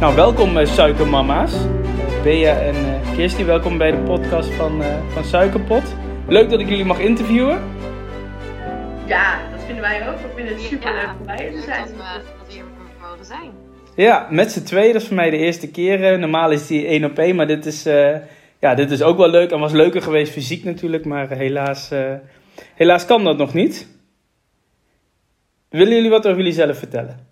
Nou, welkom suikermama's. Bea en Kirsty, welkom bij de podcast van Suikerpot. Leuk dat ik jullie mag interviewen. Ja, dat vinden wij ook. We vinden het super leuk om bij je te zijn. Dat we hier mogen zijn. Ja, met z'n tweeën. Dat is voor mij de eerste keer. Normaal is die 1 op 1, maar dit is ook wel leuk. En was leuker geweest fysiek natuurlijk, maar helaas kan dat nog niet. Willen jullie wat over jullie zelf vertellen?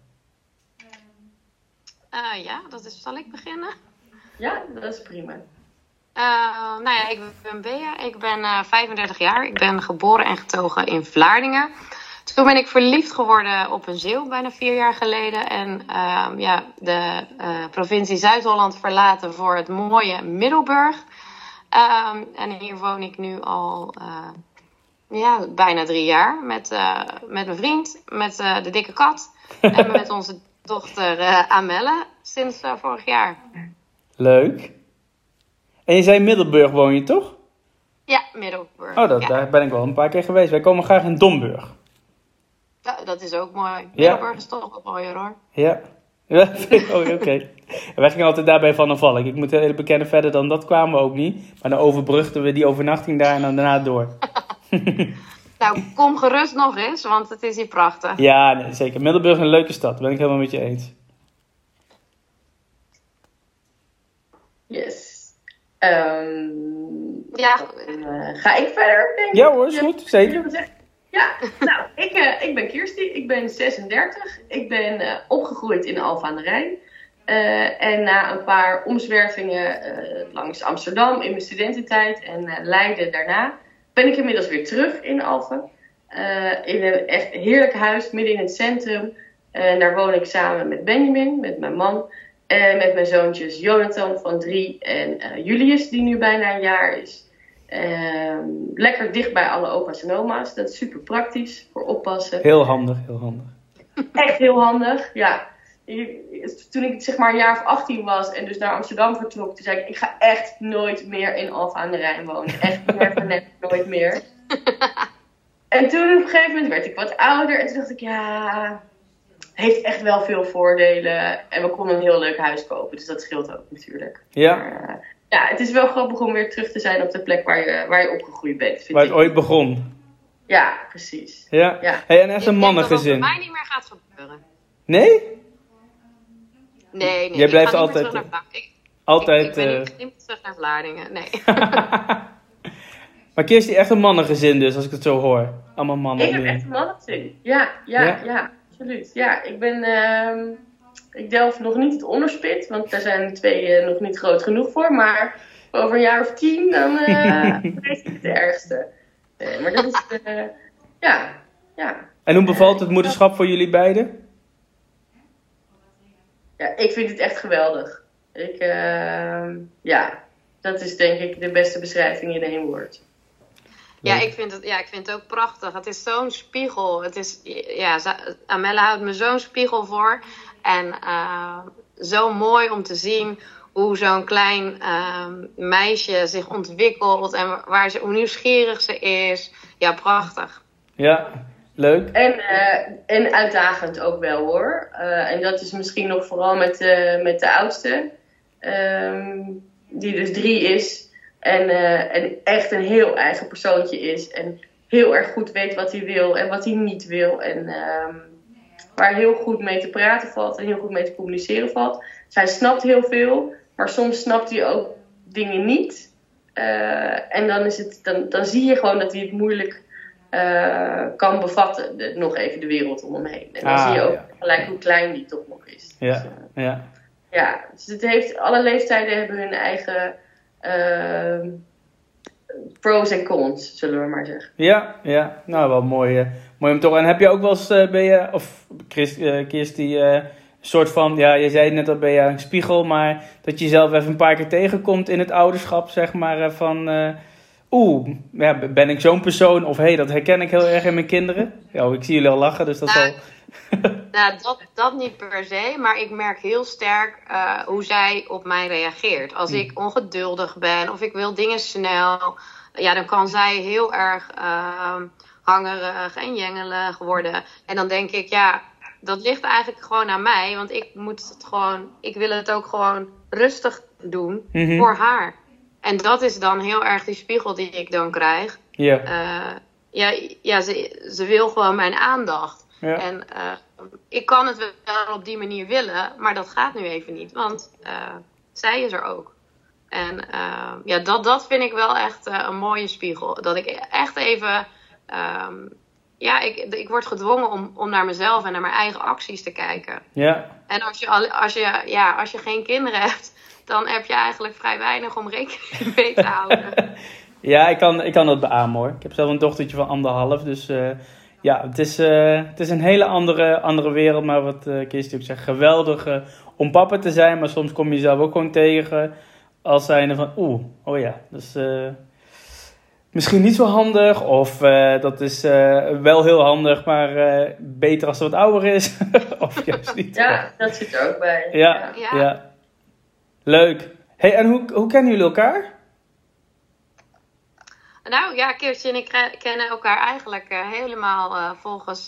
Zal ik beginnen? Ja, dat is prima. Ik ben Bea. Ik ben 35 jaar. Ik ben geboren en getogen in Vlaardingen. Toen ben ik verliefd geworden op een Zeeuw bijna 4 jaar geleden. En de provincie Zuid-Holland verlaten voor het mooie Middelburg. En hier woon ik nu al bijna 3 jaar. Met mijn vriend, met de dikke kat. En met onze dochter Amelle sinds vorig jaar. Leuk. En je zei in Middelburg woon je, toch? Ja, Middelburg. Daar ben ik wel een paar keer geweest. Wij komen graag in Domburg. Ja, dat is ook mooi. Middelburg is toch wel mooier, hoor. Ja. Oké. Wij gingen altijd daarbij Van der Valk. Ik moet heel bekennen, verder dan dat kwamen we ook niet. Maar dan overbrugden we die overnachting daar en dan daarna door. Nou, kom gerust nog eens, want het is hier prachtig. Ja, nee, zeker. Middelburg is een leuke stad. Ben ik helemaal met je eens. Yes. Ga ik verder, denk ik? Ja hoor, is goed. Zeker. Ja, nou, ik ben Kirsty. Ik ben 36. Ik ben opgegroeid in Alphen aan de Rijn. En na een paar omzwervingen langs Amsterdam in mijn studententijd en Leiden daarna, ben ik inmiddels weer terug in Alphen. In een echt heerlijk huis midden in het centrum. Daar woon ik samen met Benjamin, met mijn man. En met mijn zoontjes Jonathan van 3 en Julius, die nu bijna een jaar is. Lekker dicht bij alle opa's en oma's. Dat is super praktisch voor oppassen. Heel handig, heel handig. Echt heel handig, ja. Toen ik zeg maar een jaar of 18 was en dus naar Amsterdam vertrok, toen zei ik ga echt nooit meer in Alphen aan de Rijn wonen. Echt net nooit meer. En toen op een gegeven moment werd ik wat ouder en toen dacht ik, heeft echt wel veel voordelen. En we konden een heel leuk huis kopen, dus dat scheelt ook natuurlijk. Ja. Maar, het is wel grappig om weer terug te zijn op de plek waar je opgegroeid bent. Waar het ooit begon. Ja, precies. Ja. Hey, en echt een mannengezin. Ik denk dat bij mij niet meer gaat gebeuren. Nee? Nee. Jij blijft ik ga altijd... Niet meer terug naar altijd... Ik ben niet meer terug naar Vlaardingen, nee. Maar Kirsty, echt een mannengezin dus, als ik het zo hoor. Allemaal mannen. Ik heb echt een mannengezin. Ja, absoluut. Ja, ik delf nog niet het onderspit, want daar zijn de 2 nog niet groot genoeg voor. Maar over een jaar of 10, dan vrees ik het ergste. Maar dat is, ja. En hoe bevalt het moederschap voor jullie beiden? Ja, ik vind het echt geweldig. Dat is denk ik de beste beschrijving in 1 woord. Ja, ik vind het ook prachtig. Het is zo'n spiegel. Amelle houdt me zo'n spiegel voor. En zo mooi om te zien hoe zo'n klein meisje zich ontwikkelt. En hoe nieuwsgierig ze is. Ja, prachtig. Ja, leuk. En uitdagend ook wel hoor. En dat is misschien nog vooral met de oudste. Die dus 3 is. En echt een heel eigen persoontje is. En heel erg goed weet wat hij wil en wat hij niet wil. En waar heel goed mee te praten valt en heel goed mee te communiceren valt. Zij snapt heel veel, maar soms snapt hij ook dingen niet. En dan zie je gewoon dat hij het moeilijk kan bevatten. Nog even de wereld om hem heen. En dan zie je ook gelijk hoe klein die toch nog is. Ja, dus het heeft, alle leeftijden hebben hun eigen pros en cons, zullen we maar zeggen. Ja. Nou, wel mooi om te horen. En heb je ook wel eens, Kirsty, een soort van, je zei het net al, ben je een spiegel, maar dat je jezelf even een paar keer tegenkomt in het ouderschap, zeg maar, ben ik zo'n persoon? Of dat herken ik heel erg in mijn kinderen. Ja, ik zie jullie al lachen, dus dat is al... Nou, dat niet per se, maar ik merk heel sterk hoe zij op mij reageert. Als ik ongeduldig ben of ik wil dingen snel, dan kan zij heel erg hangerig en jengelig worden. En dan denk ik, dat ligt eigenlijk gewoon aan mij. Want ik wil het ook gewoon rustig doen voor haar. En dat is dan heel erg die spiegel die ik dan krijg. Ze wil gewoon mijn aandacht. Ja. En ik kan het wel op die manier willen, maar dat gaat nu even niet. Want zij is er ook. En dat vind ik wel echt een mooie spiegel. Dat ik echt even... ik word gedwongen om naar mezelf en naar mijn eigen acties te kijken. Ja. En als je geen kinderen hebt, dan heb je eigenlijk vrij weinig om rekening mee te houden. Ja, ik kan dat beamen hoor. Ik heb zelf een dochtertje van 1,5. Dus het is een hele andere wereld. Maar wat Kirsty ook zegt, geweldig om papa te zijn. Maar soms kom je jezelf ook gewoon tegen als zijnde van dat is misschien niet zo handig. Of dat is wel heel handig, maar beter als ze wat ouder is. Of juist niet. Ja, dat zit er ook bij. Ja. Leuk. Hey, en hoe kennen jullie elkaar? Nou ja, Kirstje en ik kennen elkaar eigenlijk helemaal volgens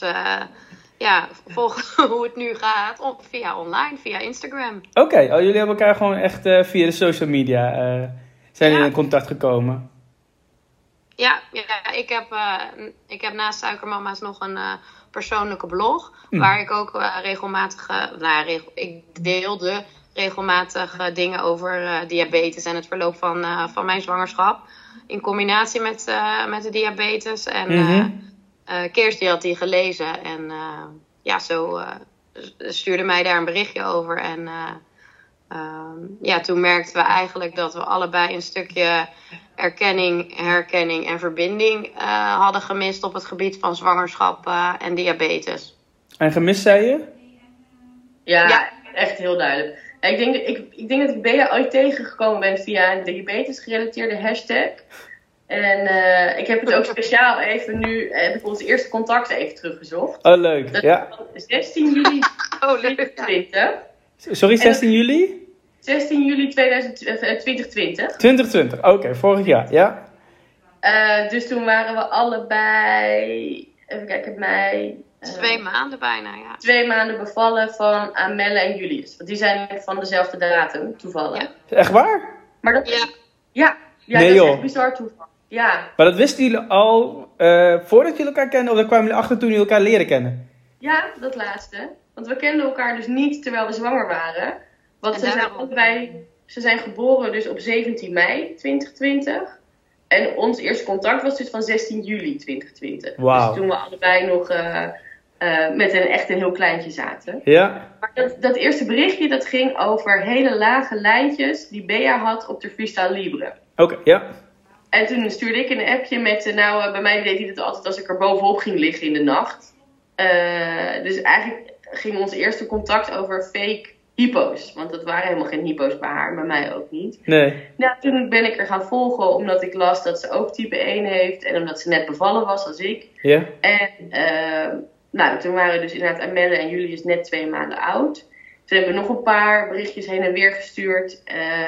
hoe het nu gaat. Via online, via Instagram. Oké, jullie hebben elkaar gewoon echt via de social media zijn jullie in contact gekomen? Ja, ik heb naast Suikermama's nog een persoonlijke blog. Waar ik ook ik deelde regelmatig dingen over diabetes en het verloop van mijn zwangerschap. In combinatie met de diabetes. En Kirsty had die gelezen. En zo stuurde mij daar een berichtje over. En toen merkten we eigenlijk dat we allebei een stukje erkenning, herkenning en verbinding hadden gemist op het gebied van zwangerschap en diabetes. En gemist, zei je? Ja, echt heel duidelijk. Ik denk dat ik Bea ooit tegengekomen ben via een diabetes-gerelateerde hashtag. En ik heb het ook speciaal even nu, heb ik onze eerste contacten even teruggezocht. Oh, leuk. Dat is 16 juli 2020. Sorry, 16 juli? 16 juli 2020. 2020, oké, vorig jaar, ja. Dus toen waren we allebei, even kijken, 2 maanden bijna, ja. 2 maanden bevallen van Amelle en Julius. Want die zijn van dezelfde datum, toevallig. Ja. Echt waar? Maar dat ja, nee, dat joh. is echt bizar toeval. Ja. Maar dat wisten jullie al voordat jullie elkaar kenden? Of daar kwamen jullie achter toen jullie elkaar leren kennen? Ja, dat laatste. Want we kenden elkaar dus niet terwijl we zwanger waren. Want ze zijn geboren dus op 17 mei 2020. En ons eerste contact was dus van 16 juli 2020. Wow. Dus toen we allebei nog met een heel kleintje zaten. Ja. Maar dat eerste berichtje, dat ging over hele lage lijntjes die Bea had op de Freestyle Libre. Oké, ja. En toen stuurde ik een appje met, bij mij deed hij het altijd als ik er bovenop ging liggen in de nacht. Dus eigenlijk ging ons eerste contact over fake hypo's. Want dat waren helemaal geen hypo's bij haar, bij mij ook niet. Nee. Nou, toen ben ik er gaan volgen omdat ik las dat ze ook type 1 heeft. En omdat ze net bevallen was als ik. Ja. En toen waren dus inderdaad Amelle en Julius net 2 maanden oud. Toen hebben we nog een paar berichtjes heen en weer gestuurd.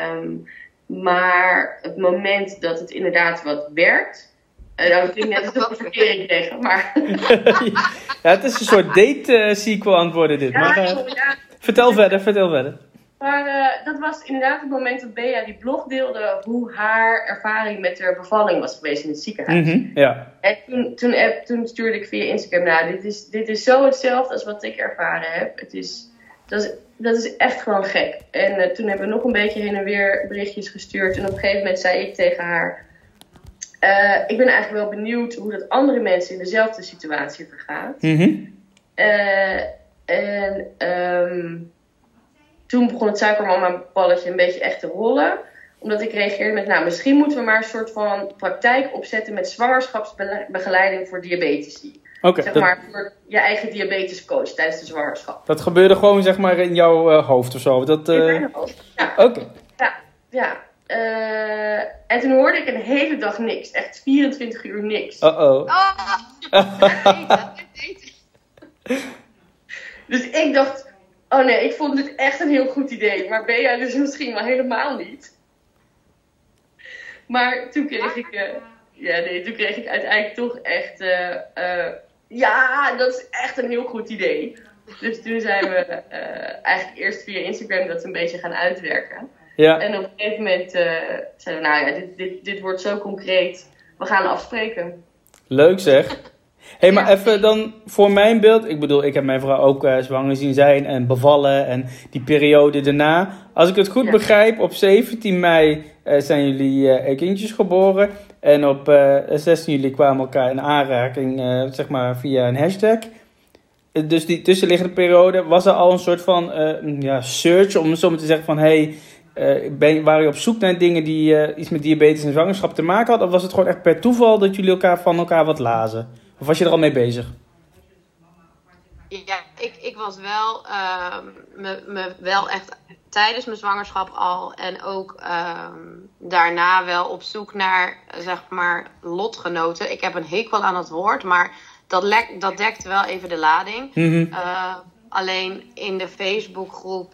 Maar het moment dat het inderdaad wat werkt... dat klinkt net alsof we verkering kregen, maar... Ja, het is een soort date-sequel aan het worden dit. Ja, maar vertel verder. Maar dat was inderdaad het moment dat Bea die blog deelde... hoe haar ervaring met haar bevalling was geweest in het ziekenhuis. Mm-hmm, ja. En toen stuurde ik via Instagram... dit is zo hetzelfde als wat ik ervaren heb. Dat is echt gewoon gek. En toen hebben we nog een beetje heen en weer berichtjes gestuurd. En op een gegeven moment zei ik tegen haar... ik ben eigenlijk wel benieuwd hoe dat andere mensen in dezelfde situatie vergaat. Mm-hmm. Toen begon het suikermama-balletje een beetje echt te rollen. Omdat ik reageerde met, misschien moeten we maar een soort van praktijk opzetten met zwangerschapsbegeleiding voor diabetici. Okay, maar voor je eigen diabetescoach tijdens de zwangerschap. Dat gebeurde gewoon zeg maar in jouw hoofd of zo? In mijn hoofd, ja. Oké. Ja. En toen hoorde ik een hele dag niks. Echt 24 uur niks. Dus ik dacht, oh nee, ik vond dit echt een heel goed idee. Maar Bea dus misschien wel helemaal niet. Maar toen kreeg ik... toen kreeg ik uiteindelijk toch echt... dat is echt een heel goed idee. Dus toen zijn we eigenlijk eerst via Instagram dat een beetje gaan uitwerken. Ja. En op een gegeven moment zeiden we, nou ja, dit wordt zo concreet. We gaan afspreken. Leuk zeg. Hé, maar even dan voor mijn beeld. Ik bedoel, ik heb mijn vrouw ook zwanger zien zijn en bevallen en die periode daarna. Als ik het goed begrijp, op 17 mei zijn jullie kindjes geboren. En op 16 juli kwamen elkaar in aanraking, zeg maar via een hashtag. Dus die tussenliggende periode, was er al een soort van search, om zo maar te zeggen van... waren je op zoek naar dingen die iets met diabetes en zwangerschap te maken hadden? Of was het gewoon echt per toeval dat jullie van elkaar wat lazen? Of was je er al mee bezig? Ja, ik was wel, me wel echt tijdens mijn zwangerschap al en ook daarna wel op zoek naar, zeg maar, lotgenoten. Ik heb een hekel aan het woord, maar dat dekt wel even de lading. Mm-hmm. Alleen in de Facebookgroep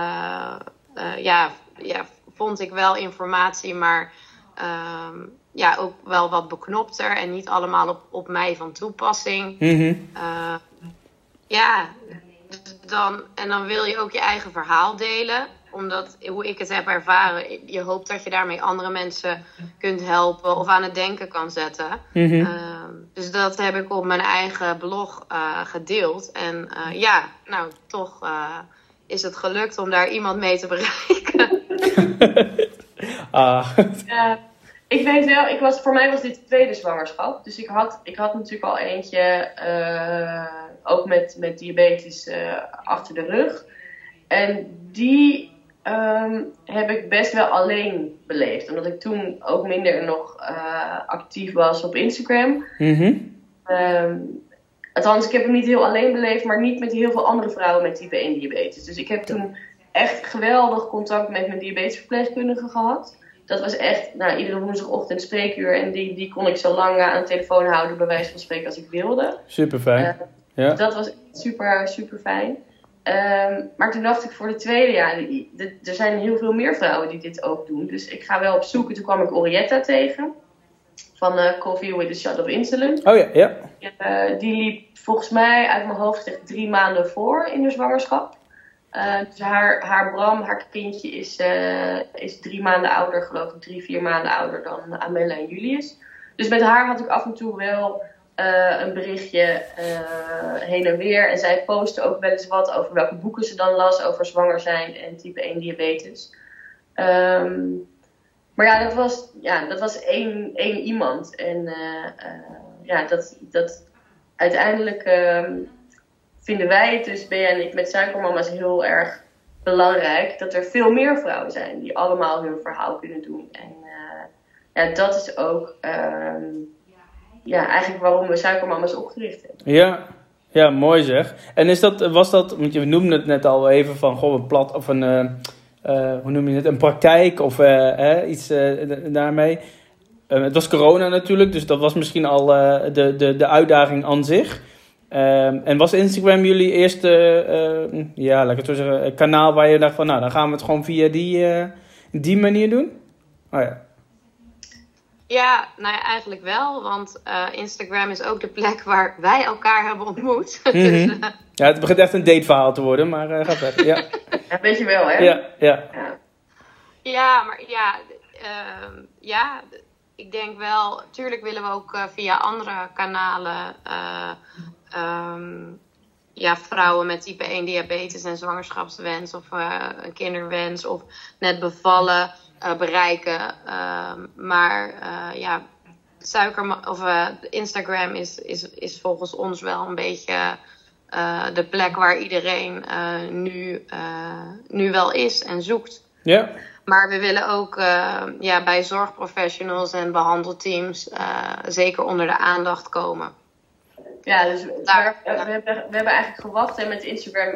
vond ik wel informatie, maar ook wel wat beknopter en niet allemaal op mij van toepassing. Mm-hmm. Dan wil je ook je eigen verhaal delen. Omdat, hoe ik het heb ervaren, je hoopt dat je daarmee andere mensen kunt helpen of aan het denken kan zetten. Mm-hmm. Dus dat heb ik op mijn eigen blog gedeeld. En toch is het gelukt om daar iemand mee te bereiken. Ja, ik weet wel, voor mij was dit de tweede zwangerschap. Dus ik had natuurlijk al eentje, ook met diabetes achter de rug. En die heb ik best wel alleen beleefd. Omdat ik toen ook minder nog actief was op Instagram. Mm-hmm. Althans, ik heb hem niet heel alleen beleefd, maar niet met heel veel andere vrouwen met type 1 diabetes. Dus ik heb toen echt geweldig contact met mijn diabetesverpleegkundige gehad. Dat was echt, iedere woensdagochtend spreekuur. En die kon ik zo lang aan de telefoon houden, bij wijze van spreken, als ik wilde. Super fijn. Dus dat was super, super fijn. Maar toen dacht ik voor de tweede, er zijn heel veel meer vrouwen die dit ook doen. Dus ik ga wel op zoek. En toen kwam ik Orietta tegen. Van Coffee with a Shot of Insulin. Oh ja. Die liep volgens mij uit mijn hoofd echt 3 maanden voor in de zwangerschap. Dus haar Bram, haar kindje, is 3 maanden ouder, geloof ik. 3-4 maanden ouder dan Amella en Julius. Dus met haar had ik af en toe wel een berichtje heen en weer. En zij postte ook wel eens wat over welke boeken ze dan las over zwanger zijn en type 1 diabetes. Maar dat was één iemand. En dat uiteindelijk vinden wij het dus, Bea en ik, met Suikermama's heel erg belangrijk dat er veel meer vrouwen zijn die allemaal hun verhaal kunnen doen. En dat is ook eigenlijk waarom we Suikermama's opgericht hebben. Ja, mooi zeg. En was dat, want je noemde het net al even van een plat of een hoe noem je het, een praktijk of iets daarmee. Het was corona natuurlijk, dus dat was misschien al de uitdaging aan zich. En was Instagram jullie eerste, laat ik het zo zeggen, kanaal waar je dacht van, dan gaan we het gewoon via die manier doen? Oh ja. Ja, eigenlijk wel, want Instagram is ook de plek waar wij elkaar hebben ontmoet. Mm-hmm. Ja, het begint echt een dateverhaal te worden, maar ga verder. Ja. Ja, weet je wel, hè? Ja. Ja, maar ik denk wel, tuurlijk willen we ook via andere kanalen vrouwen met type 1 diabetes en zwangerschapswens of een kinderwens of net bevallen bereiken. Instagram is volgens ons wel een beetje de plek waar iedereen nu wel is en zoekt. Ja. Maar we willen ook bij zorgprofessionals en behandelteams zeker onder de aandacht komen. Ja, dus we hebben eigenlijk gewacht met Instagram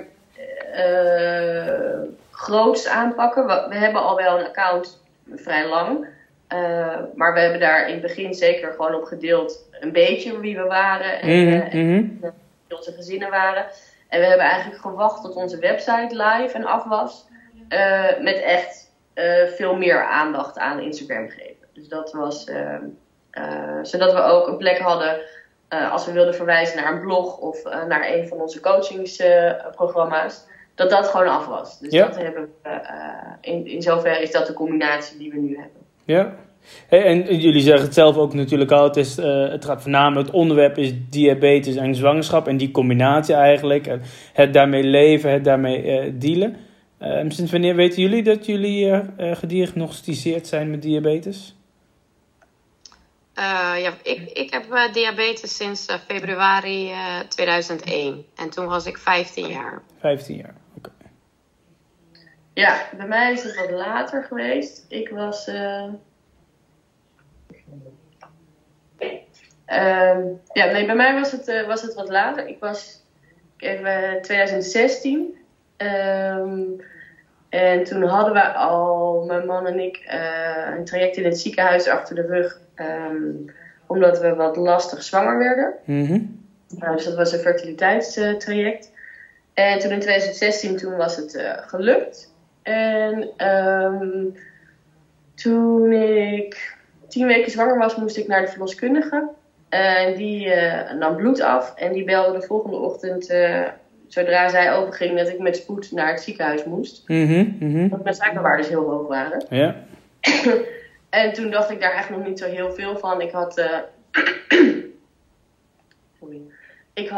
groots aanpakken. We hebben al wel een account vrij lang. Maar we hebben daar in het begin zeker gewoon op gedeeld een beetje wie we waren. En wie onze gezinnen waren. En we hebben eigenlijk gewacht tot onze website live en af was. Met echt veel meer aandacht aan Instagram geven. Dus dat was zodat we ook een plek hadden als we wilden verwijzen naar een blog of naar een van onze coachingsprogramma's, dat gewoon af was. Dus dat hebben we, in zoverre is dat de combinatie die we nu hebben. Ja. Hey, en jullie zeggen het zelf ook natuurlijk al, het gaat voornamelijk, het onderwerp is diabetes en zwangerschap en die combinatie eigenlijk. Het daarmee leven, het daarmee dealen. Sinds wanneer weten jullie dat jullie gediagnosticeerd zijn met diabetes? Ik heb diabetes sinds februari 2001. En toen was ik 15 jaar. 15 jaar, oké. Ja, bij mij is het wat later geweest. Ik was... bij mij was het wat later. Ik was 2016. En toen hadden we al, mijn man en ik, een traject in het ziekenhuis achter de rug. Omdat we wat lastig zwanger werden. Mm-hmm. Dus dat was een fertiliteitstraject. En toen in 2016 toen was het gelukt. En toen ik 10 weken zwanger was, moest ik naar de verloskundige. En die nam bloed af. En die belde de volgende ochtend, zodra zij openging, dat ik met spoed naar het ziekenhuis moest. Mm-hmm. Want mijn suikerwaardes heel hoog waren. Ja. En toen dacht ik daar eigenlijk nog niet zo heel veel van. Ik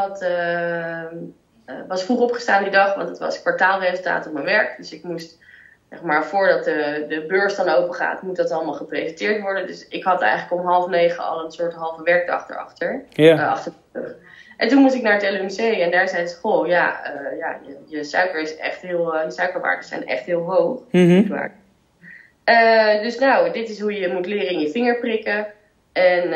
was vroeg opgestaan die dag, want het was kwartaalresultaat op mijn werk. Dus ik moest, zeg maar, voordat de beurs dan open gaat, moet dat allemaal gepresenteerd worden. Dus ik had eigenlijk om 8:30 al een soort halve werkdag erachter. Ja. Achter de rug. En toen moest ik naar het LUMC en daar zei ze, je suiker is echt heel, je suikerwaarden zijn echt heel hoog. Mm-hmm. Dus nou, dit is hoe je moet leren in je vinger prikken. En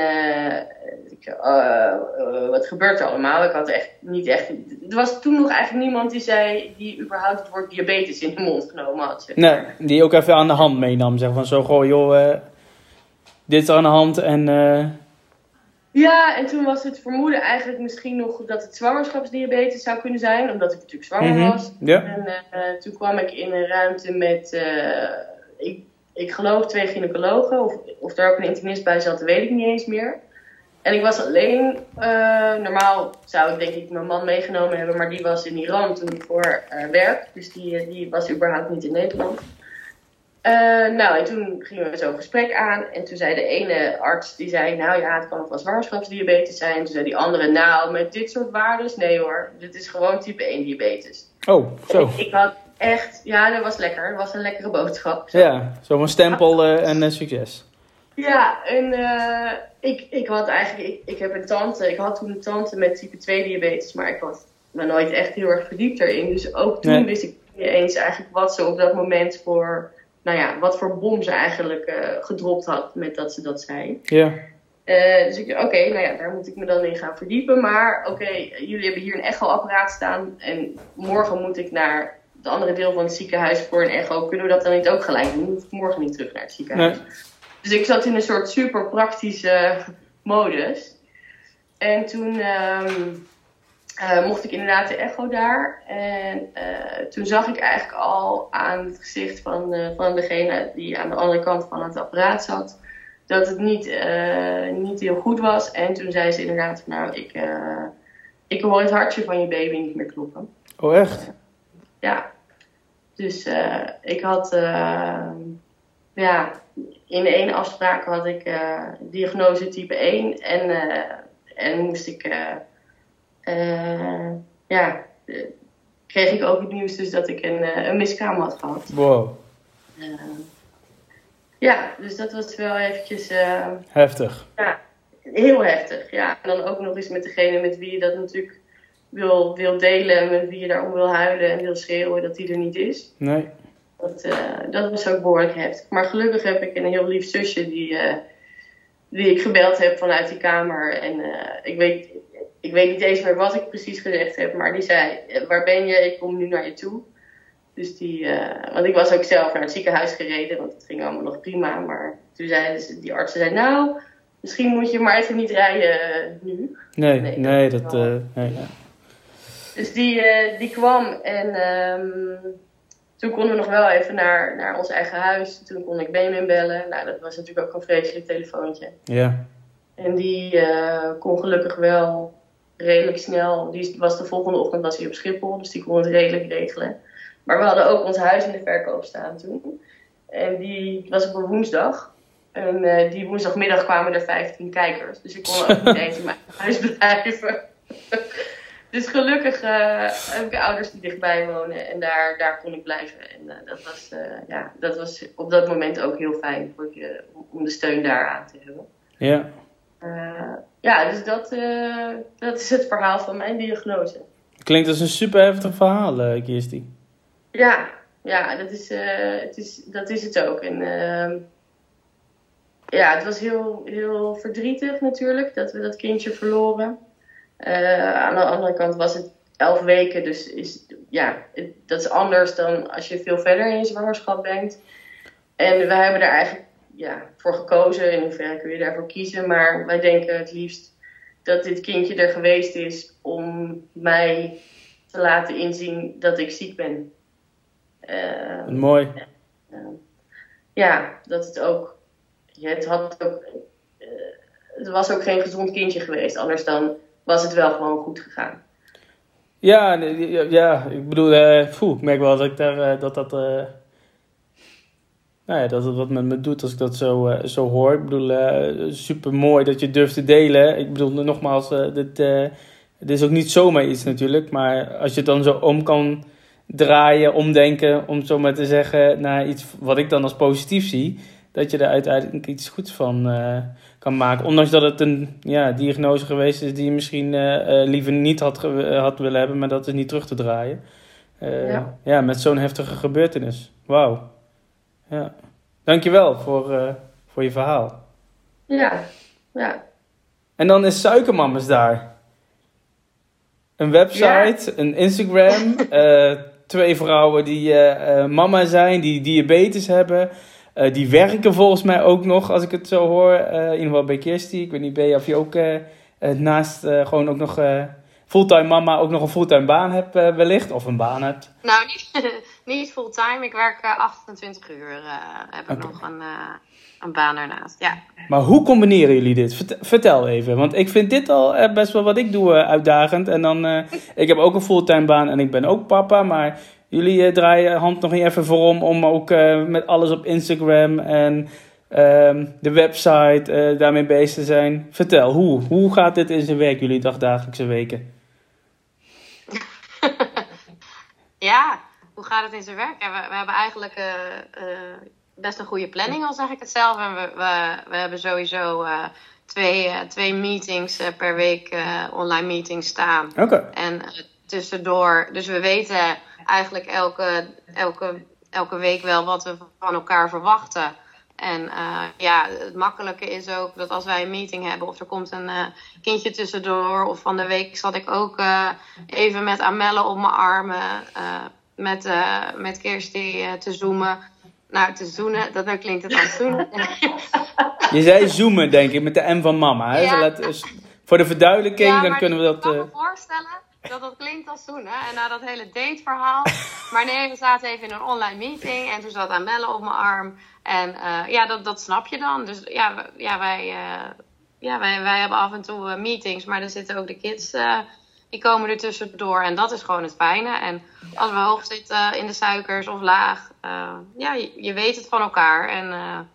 wat gebeurt er allemaal? Ik had echt niet echt... Er was toen nog eigenlijk niemand die überhaupt het woord diabetes in de mond genomen had. Zeg maar. Nee, die ook even aan de hand meenam. Zeg van zo, goh joh, dit is aan de hand en... Ja, en toen was het vermoeden eigenlijk misschien nog dat het zwangerschapsdiabetes zou kunnen zijn. Omdat ik natuurlijk zwanger was. Ja. En toen kwam ik in een ruimte met... Ik geloof 2 gynaecologen. Of er ook een internist bij zat, weet ik niet eens meer. En ik was alleen. Normaal zou ik denk ik mijn man meegenomen hebben. Maar die was in Iran toen voor werk. Dus die was überhaupt niet in Nederland. En toen gingen we zo'n gesprek aan. En toen zei de ene arts, die zei, nou ja, het kan ook wel zwangerschapsdiabetes zijn. Toen zei die andere, nou, met dit soort waardes, nee hoor. Dit is gewoon type 1 diabetes. Oh, zo. Ik had echt, ja, dat was lekker. Dat was een lekkere boodschap. Zo. Ja, zo'n stempel en succes. Ja, en ik had eigenlijk, ik had toen een tante met type 2 diabetes, maar ik had me nooit echt heel erg verdiept erin. Dus ook toen wist ik niet eens eigenlijk wat ze op dat moment wat voor bom ze eigenlijk gedropt had met dat ze dat zei. Ja. Dus ik dacht, daar moet ik me dan in gaan verdiepen. Maar jullie hebben hier een echoapparaat staan en morgen moet ik naar het andere deel van het ziekenhuis voor een echo. Kunnen we dat dan niet ook gelijk doen? Dan hoef ik morgen niet terug naar het ziekenhuis. Nee. Dus ik zat in een soort super praktische modus. En toen mocht ik inderdaad de echo daar. En toen zag ik eigenlijk al aan het gezicht van degene die aan de andere kant van het apparaat zat, dat het niet heel goed was. En toen zei ze inderdaad van, nou, ik hoor het hartje van je baby niet meer kloppen. Oh, echt? Ja. Dus ik had... in 1 afspraak had ik diagnose type 1 en moest ik... kreeg ik ook het nieuws dus dat ik een miskraam had gehad. Wow. Dus dat was wel eventjes... heftig. Ja, heel heftig. Ja. En dan ook nog eens met degene met wie je dat natuurlijk wil delen. En met wie je daarom wil huilen en wil schreeuwen dat die er niet is. Nee. Dat was ook behoorlijk heftig. Maar gelukkig heb ik een heel lief zusje die ik gebeld heb vanuit die kamer. En ik weet niet eens meer wat ik precies gezegd heb. Maar die zei, waar ben je? Ik kom nu naar je toe. Dus want ik was ook zelf naar het ziekenhuis gereden. Want het ging allemaal nog prima. Maar toen zei die artsen, nou, misschien moet je maar even niet rijden nu. Nee. Dus die kwam en... Toen konden we nog wel even naar ons eigen huis. Toen kon ik Benjamin bellen. Nou, dat was natuurlijk ook een vreselijk telefoontje. Ja. En die kon gelukkig wel redelijk snel. Die was de volgende ochtend was hij op Schiphol, dus die kon het redelijk regelen. Maar we hadden ook ons huis in de verkoop staan toen. En die was op een woensdag. En die woensdagmiddag kwamen er 15 kijkers. Dus ik kon ook niet eens in mijn huis blijven. Dus gelukkig heb ik ouders die dichtbij wonen. En daar kon ik blijven. En dat was op dat moment ook heel fijn om de steun daar aan te hebben. Ja. Dus dat is het verhaal van mijn diagnose. Klinkt als een super heftig verhaal, Kirsti. Ja, dat is het ook. En het was heel, heel verdrietig natuurlijk dat we dat kindje verloren. Aan de andere kant was het 11 weken, dus dat is anders dan als je veel verder in je zwangerschap bent. En wij hebben daar eigenlijk voor gekozen. In hoeverre kun je daarvoor kiezen, maar wij denken het liefst dat dit kindje er geweest is om mij te laten inzien dat ik ziek ben. Mooi. Dat het ook. Het was ook geen gezond kindje geweest, anders dan was het wel gewoon goed gegaan. Ja, ik bedoel, ik merk wel dat ik daar dat het wat met me doet als ik dat zo hoor. Ik bedoel, super mooi dat je durft te delen. Ik bedoel, nogmaals, dit is ook niet zomaar iets natuurlijk, maar als je het dan zo om kan draaien, omdenken, om zo maar te zeggen, naar iets wat ik dan als positief zie, dat je er uiteindelijk iets goeds van kan maken. Ondanks dat het een diagnose geweest is die je misschien liever niet had willen hebben, maar dat is niet terug te draaien. Met zo'n heftige gebeurtenis. Wauw. Ja. Dankjewel voor je verhaal. Ja. En dan is Suikermamas daar. Een website, een Instagram, 2 vrouwen die mama zijn, die diabetes hebben. Die werken volgens mij ook nog, als ik het zo hoor. In ieder geval bij Kirsti. Ik weet niet, Bea, of je ook naast gewoon ook nog fulltime mama ook nog een fulltime baan hebt wellicht. Of een baan hebt. Nou, niet fulltime. Ik werk 28 uur. Heb ik nog een baan ernaast. Ja. Maar hoe combineren jullie dit? Vertel even. Want ik vind dit al best wel wat ik doe uitdagend. En dan, ik heb ook een fulltime baan en ik ben ook papa. Maar jullie draaien hand nog niet even voor om ook met alles op Instagram en de website daarmee bezig te zijn. Vertel, hoe gaat dit in zijn werk, jullie dagdagelijkse weken? Ja, hoe gaat het in zijn werk? Ja, we hebben eigenlijk best een goede planning, al zeg ik het zelf. En we hebben sowieso twee meetings per week, online meetings staan. Okay. En tussendoor, dus we weten eigenlijk elke week wel wat we van elkaar verwachten. En het makkelijke is ook dat als wij een meeting hebben of er komt een kindje tussendoor. Of van de week zat ik ook even met Amelle op mijn armen met Kirsti te zoomen. Nou, te zoenen, dat klinkt het als zoenen. Je zei zoomen, denk ik, met de M van mama. Hè? Ja. Voor de verduidelijking, ja, dan kunnen we dat... Ik kan me voorstellen dat klinkt als zoenen. En na dat hele dateverhaal. Maar nee, we zaten even in een online meeting. En toen zat Amelle op mijn arm. En dat snap je dan. Dus wij hebben af en toe meetings. Maar er zitten ook de kids... die komen er tussendoor. En dat is gewoon het fijne. En als we hoog zitten in de suikers of laag. Je weet het van elkaar. En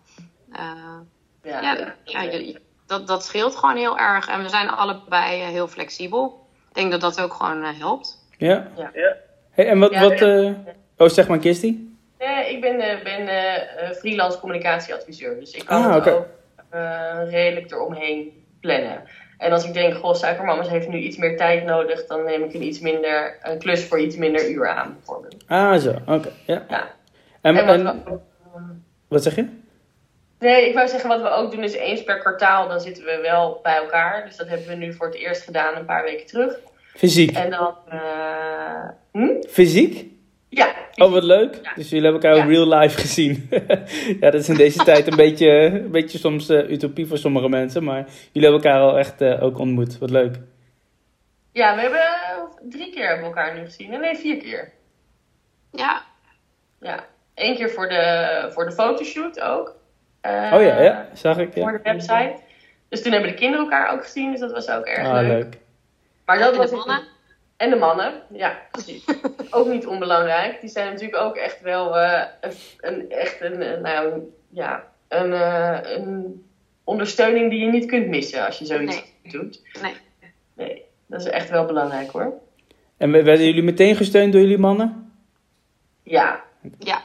dat scheelt gewoon heel erg. En we zijn allebei heel flexibel. Ik denk dat dat ook gewoon helpt. Ja. Hey, en wat zeg maar, Kirsti? Ik ben freelance communicatieadviseur. Dus ik kan het ook redelijk eromheen plannen. En als ik denk, Suikermamas heeft nu iets meer tijd nodig, dan neem ik een klus voor iets minder uur aan, bijvoorbeeld. Ah, zo. Oké. Ja. Wat zeg je? Nee, ik wou zeggen, wat we ook doen is eens per kwartaal, dan zitten we wel bij elkaar. Dus dat hebben we nu voor het eerst gedaan, een paar weken terug. Fysiek? En dan... Fysiek? Ja. Fysiek. Oh, wat leuk. Ja. Dus jullie hebben elkaar real life gezien. Ja, dat is in deze tijd een beetje soms utopie voor sommige mensen. Maar jullie hebben elkaar al echt ook ontmoet. Wat leuk. Ja, we hebben 3 keer hebben we elkaar nu gezien. Nee, 4 keer. Ja. Ja. 1 keer voor de fotoshoot ook. Ja, zag ik. Ja. Voor de website. Dus toen hebben de kinderen elkaar ook gezien. Dus dat was ook erg leuk. Maar dat en was de mannen? En de mannen, ja, precies. Ook niet onbelangrijk. Die zijn natuurlijk ook echt wel een ondersteuning die je niet kunt missen als je zoiets doet. Nee, dat is echt wel belangrijk hoor. En werden jullie meteen gesteund door jullie mannen? Ja. Ja.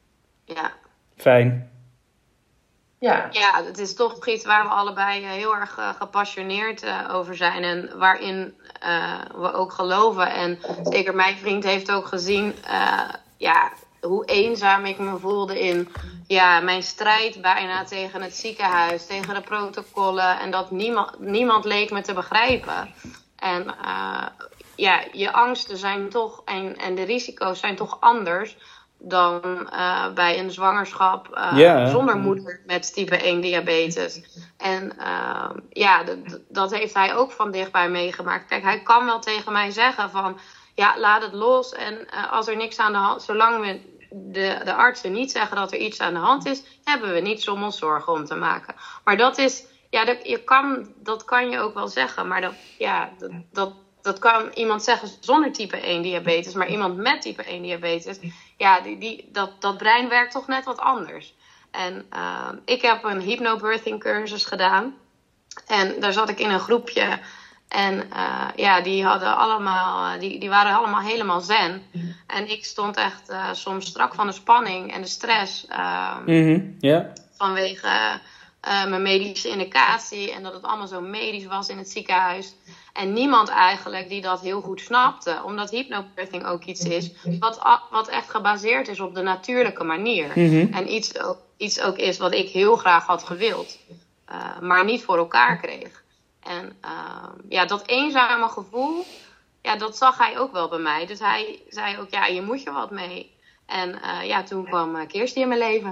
Fijn. Ja, het is toch iets waar we allebei heel erg gepassioneerd over zijn. En waarin we ook geloven. En zeker mijn vriend heeft ook gezien hoe eenzaam ik me voelde in mijn strijd bijna tegen het ziekenhuis. Tegen de protocollen. En dat niemand leek me te begrijpen. En je angsten zijn toch en de risico's zijn toch anders dan bij een zwangerschap zonder moeder met type 1 diabetes. En dat heeft hij ook van dichtbij meegemaakt. Kijk, hij kan wel tegen mij zeggen van laat het los. En als er niks aan de hand, zolang we de artsen niet zeggen dat er iets aan de hand is, hebben we niets om ons zorgen om te maken. Maar dat is, dat kan je ook wel zeggen. Maar dat kan iemand zeggen zonder type 1 diabetes. Maar iemand met type 1 diabetes, dat brein werkt toch net wat anders. En ik heb een hypnobirthing cursus gedaan. En daar zat ik in een groepje. En die hadden allemaal, die waren allemaal helemaal zen. En ik stond echt soms strak van de spanning en de stress. Vanwege mijn medische indicatie. En dat het allemaal zo medisch was in het ziekenhuis. En niemand eigenlijk die dat heel goed snapte. Omdat hypnobirthing ook iets is wat echt gebaseerd is op de natuurlijke manier. En iets ook is wat ik heel graag had gewild. Maar niet voor elkaar kreeg. En dat eenzame gevoel, dat zag hij ook wel bij mij. Dus hij zei ook, je moet je wat mee. En toen kwam Kirsti in mijn leven.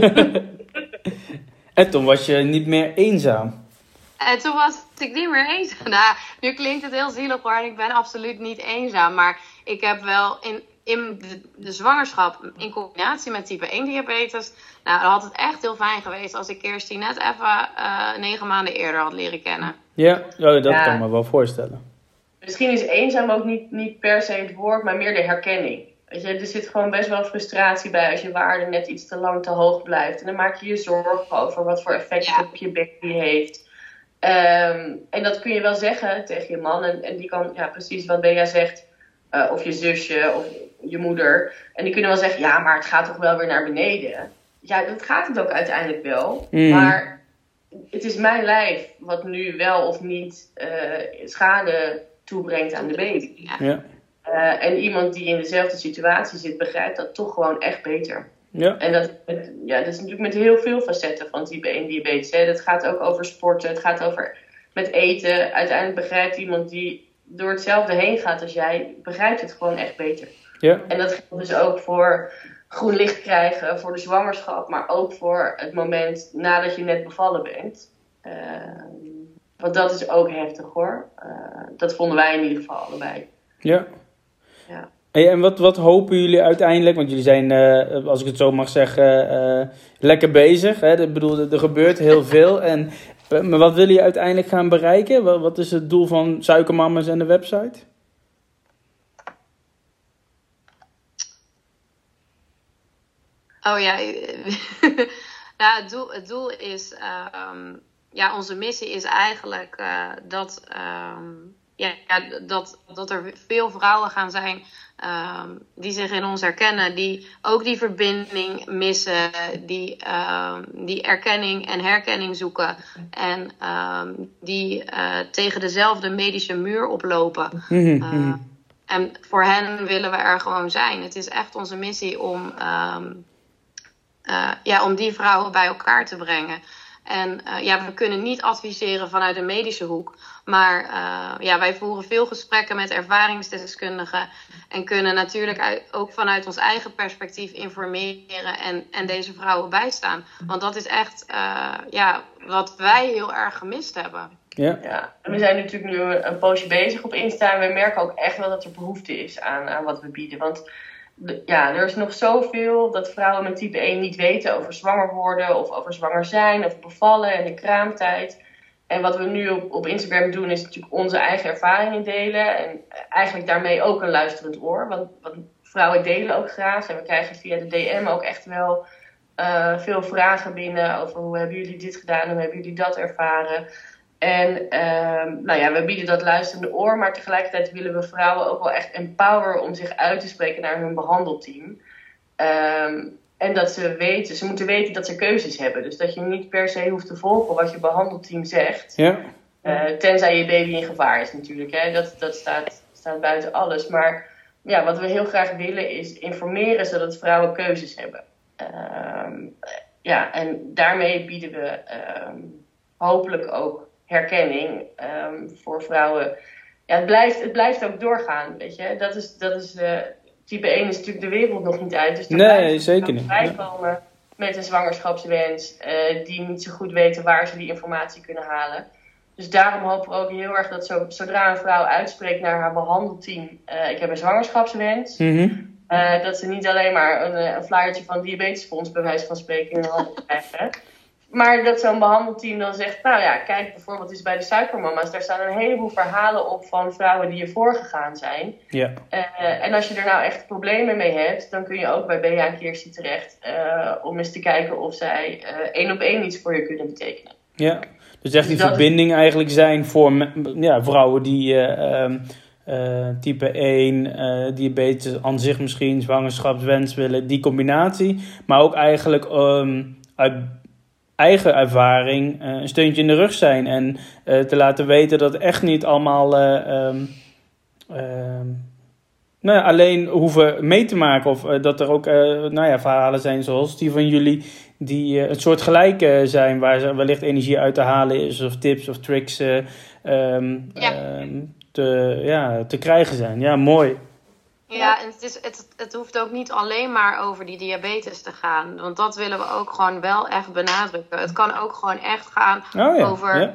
En toen was je niet meer eenzaam. En toen was ik niet meer eenzaam. Nou, nu klinkt het heel zielig hoor. Ik ben absoluut niet eenzaam. Maar ik heb wel in de zwangerschap, in combinatie met type 1 diabetes, dan had het echt heel fijn geweest als ik Kirsti net even 9 maanden eerder had leren kennen. Ja, dat kan ik me wel voorstellen. Misschien is eenzaam ook niet per se het woord, maar meer de herkenning. Weet je, er zit gewoon best wel frustratie bij als je waarde net iets te lang te hoog blijft. En dan maak je je zorgen over wat voor effect het op je baby heeft. En dat kun je wel zeggen tegen je man. En die kan, precies wat Bea zegt, of je zusje of je moeder. En die kunnen wel zeggen, maar het gaat toch wel weer naar beneden. Ja, dat gaat het ook uiteindelijk wel. Maar het is mijn lijf wat nu wel of niet schade toebrengt aan de baby. Ja. En iemand die in dezelfde situatie zit, begrijpt dat toch gewoon echt beter. Ja. En dat is natuurlijk met heel veel facetten van type 1 diabetes. Hè. Dat gaat ook over sporten, het gaat over met eten. Uiteindelijk begrijpt iemand die door hetzelfde heen gaat als jij, begrijpt het gewoon echt beter. Ja. En dat geldt dus ook voor groen licht krijgen, voor de zwangerschap, maar ook voor het moment nadat je net bevallen bent. Want dat is ook heftig hoor. Dat vonden wij in ieder geval allebei. Ja. Hey, en wat hopen jullie uiteindelijk? Want jullie zijn, als ik het zo mag zeggen, lekker bezig. Hè? Ik bedoel, er gebeurt heel veel. Maar wat willen jullie uiteindelijk gaan bereiken? Wat is het doel van Suikermamas en de website? Oh ja, het doel is, onze missie is eigenlijk dat er veel vrouwen gaan zijn die zich in ons herkennen, die ook die verbinding missen, die erkenning en herkenning zoeken en die tegen dezelfde medische muur oplopen. En voor hen willen we er gewoon zijn. Het is echt onze missie om die vrouwen bij elkaar te brengen. En we kunnen niet adviseren vanuit de medische hoek. Maar wij voeren veel gesprekken met ervaringsdeskundigen. En kunnen natuurlijk ook vanuit ons eigen perspectief informeren en deze vrouwen bijstaan. Want dat is echt wat wij heel erg gemist hebben. Ja, en we zijn natuurlijk nu een poosje bezig op Insta. En we merken ook echt wel dat er behoefte is aan wat we bieden. Want er is nog zoveel dat vrouwen met type 1 niet weten over zwanger worden of over zwanger zijn of bevallen en de kraamtijd. En wat we nu op Instagram doen is natuurlijk onze eigen ervaringen delen. En eigenlijk daarmee ook een luisterend oor. Want vrouwen delen ook graag. En we krijgen via de DM ook echt wel veel vragen binnen over hoe hebben jullie dit gedaan, hoe hebben jullie dat ervaren. En we bieden dat luisterende oor, maar tegelijkertijd willen we vrouwen ook wel echt empoweren om zich uit te spreken naar hun behandelteam. En dat ze moeten weten dat ze keuzes hebben. Dus dat je niet per se hoeft te volgen wat je behandelteam zegt. Ja. Tenzij je baby in gevaar is natuurlijk. Hè. Dat staat buiten alles. Maar ja, wat we heel graag willen is informeren zodat vrouwen keuzes hebben. En daarmee bieden we hopelijk ook herkenning voor vrouwen. Ja, het blijft ook doorgaan, weet je. Dat is type 1 is natuurlijk de wereld nog niet uit. Dus nee, zeker niet. Vrijkomen met een zwangerschapswens die niet zo goed weten waar ze die informatie kunnen halen. Dus daarom hopen we ook heel erg dat zodra een vrouw uitspreekt naar haar behandelteam, ik heb een zwangerschapswens, dat ze niet alleen maar een flyertje van Diabetesfonds bij wijze van spreken in de hand krijgen. Maar dat zo'n behandelteam dan zegt, nou ja, kijk bijvoorbeeld eens bij de suikermama's. Daar staan een heleboel verhalen op van vrouwen die ervoor gegaan zijn. Ja. En als je er nou echt problemen mee hebt, dan kun je ook bij Bea en Kirsty terecht. Om eens te kijken of zij 1-op-1 iets voor je kunnen betekenen. Ja, dus echt die verbinding eigenlijk zijn voor vrouwen die type 1, diabetes aan zich misschien, zwangerschapswens willen. Die combinatie, maar ook eigenlijk uit eigen ervaring een steuntje in de rug zijn. En te laten weten dat het echt niet allemaal alleen hoeven mee te maken. Of dat er ook verhalen zijn zoals die van jullie die een soort gelijk zijn. Waar ze wellicht energie uit te halen is. Of tips of tricks te krijgen zijn. Ja, mooi. Ja, en het hoeft ook niet alleen maar over die diabetes te gaan. Want dat willen we ook gewoon wel echt benadrukken. Het kan ook gewoon echt gaan over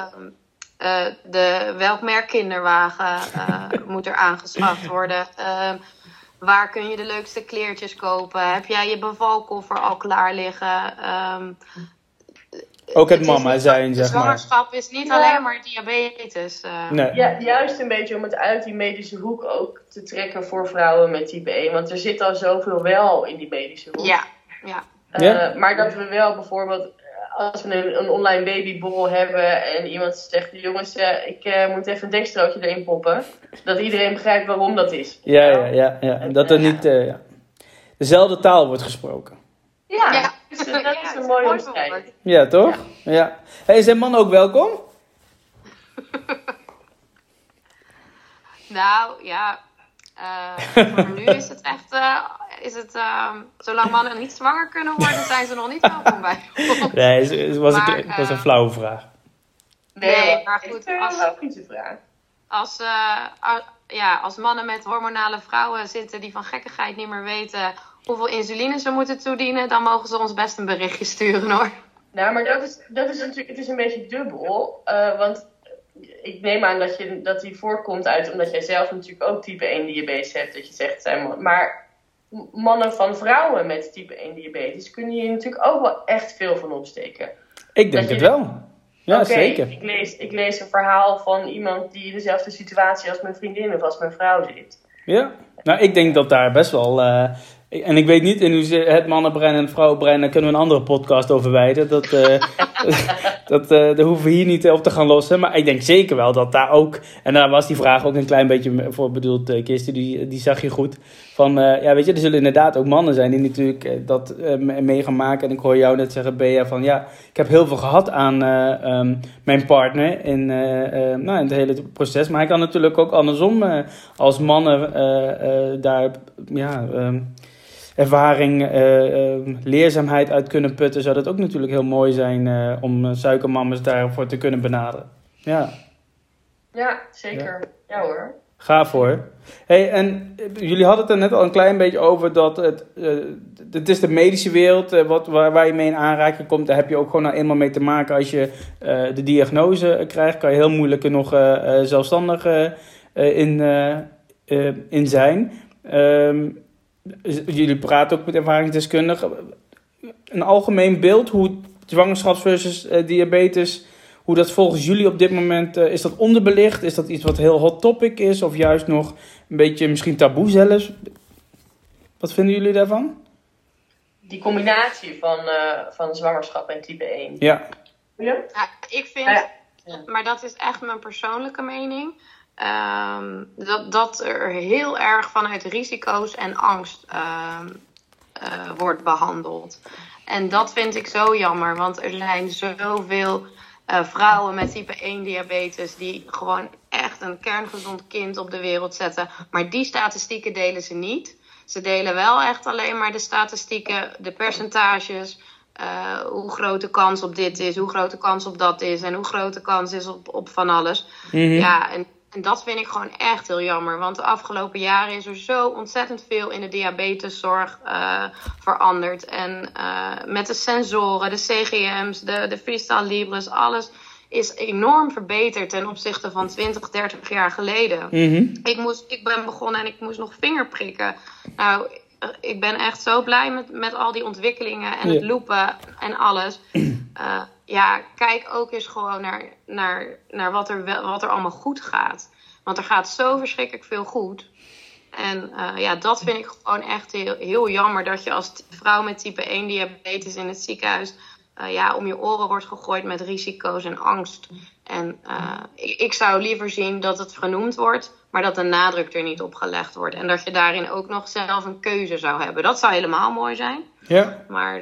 welk merk kinderwagen moet er aangeschaft worden. Waar kun je de leukste kleertjes kopen? Heb jij je bevalkoffer al klaar liggen? Ook het mama zijn, zeg maar. Zwangerschap is niet alleen maar diabetes. Nee. Ja, juist een beetje om het uit die medische hoek ook te trekken voor vrouwen met type 1. Want er zit al zoveel wel in die medische hoek. Ja. Maar dat we wel bijvoorbeeld, als we een online babyborrel hebben en iemand zegt, jongens, ik moet even een dekstrootje erin poppen. Dat iedereen begrijpt waarom dat is. Ja. En dat er niet dezelfde taal wordt gesproken. Ja. Dus dat is een mooie omschrijving. Ja, toch? Ja. Hey, zijn mannen ook welkom? Nou, ja. Voor nu is het echt... zolang mannen niet zwanger kunnen worden, zijn ze nog niet welkom bij ons. Nee, het was een flauwe vraag. Nee, maar goed. Dat is ook niet een vraag. Als mannen met hormonale vrouwen zitten die van gekkigheid niet meer weten hoeveel insuline ze moeten toedienen, dan mogen ze ons best een berichtje sturen, hoor. Nou, maar dat is natuurlijk, het is een beetje dubbel. Want ik neem aan dat die voortkomt uit, omdat jij zelf natuurlijk ook type 1 diabetes hebt, dat je zegt, maar mannen van vrouwen met type 1 diabetes kunnen hier natuurlijk ook wel echt veel van opsteken. Ik denk het wel. Ja, zeker. Ik lees een verhaal van iemand die in dezelfde situatie als mijn vriendin of als mijn vrouw zit. Ja, nou ik denk dat daar best wel... en ik weet niet in hoezeer het mannenbrein en het vrouwenbrein, daar kunnen we een andere podcast over wijden. Daar hoeven we hier niet op te gaan lossen. Maar ik denk zeker wel dat daar ook... En daar was die vraag ook een klein beetje voor bedoeld, Kirsty, die zag je goed. Van, weet je, er zullen inderdaad ook mannen zijn die natuurlijk dat mee gaan maken. En ik hoor jou net zeggen, Bea, van ja, ik heb heel veel gehad aan mijn partner in het hele proces. Maar hij kan natuurlijk ook andersom als mannen daar, ervaring, leerzaamheid uit kunnen putten. Zou dat ook natuurlijk heel mooi zijn om suikermamas daarvoor te kunnen benaderen. Ja, zeker. Ja hoor. Gaaf hoor. Hey, en jullie hadden het er net al een klein beetje over dat het is de medische wereld waar je mee in aanraking komt. Daar heb je ook gewoon nou eenmaal mee te maken als je de diagnose krijgt. Kan je heel moeilijk er nog zelfstandig in zijn. Jullie praten ook met ervaringsdeskundigen. Een algemeen beeld hoe zwangerschaps versus diabetes, hoe dat volgens jullie op dit moment... is dat onderbelicht? Is dat iets wat heel hot topic is? Of juist nog een beetje misschien taboe zelfs? Wat vinden jullie daarvan? Die combinatie van zwangerschap en type 1. Ja. Ja? Ja, ik vind, maar dat is echt mijn persoonlijke mening, dat er heel erg vanuit risico's en angst wordt behandeld. En dat vind ik zo jammer, want er zijn zoveel vrouwen met type 1 diabetes die gewoon echt een kerngezond kind op de wereld zetten. Maar die statistieken delen ze niet. Ze delen wel echt alleen maar de statistieken, de percentages, hoe groot de kans op dit is, hoe groot de kans op dat is en hoe groot de kans is op van alles. Mm-hmm. Ja, en dat vind ik gewoon echt heel jammer, want de afgelopen jaren is er zo ontzettend veel in de diabeteszorg veranderd. En met de sensoren, de CGM's, de Freestyle Libres, alles is enorm verbeterd ten opzichte van 20, 30 jaar geleden. Mm-hmm. Ik ben begonnen en ik moest nog vingerprikken. Nou, ik ben echt zo blij met al die ontwikkelingen en het loopen en alles. Kijk ook eens gewoon naar wat er allemaal goed gaat. Want er gaat zo verschrikkelijk veel goed. En dat vind ik gewoon echt heel, heel jammer. Dat je als vrouw met type 1 diabetes in het ziekenhuis om je oren wordt gegooid met risico's en angst. En ik zou liever zien dat het genoemd wordt, maar dat de nadruk er niet op gelegd wordt. En dat je daarin ook nog zelf een keuze zou hebben. Dat zou helemaal mooi zijn. Ja. Maar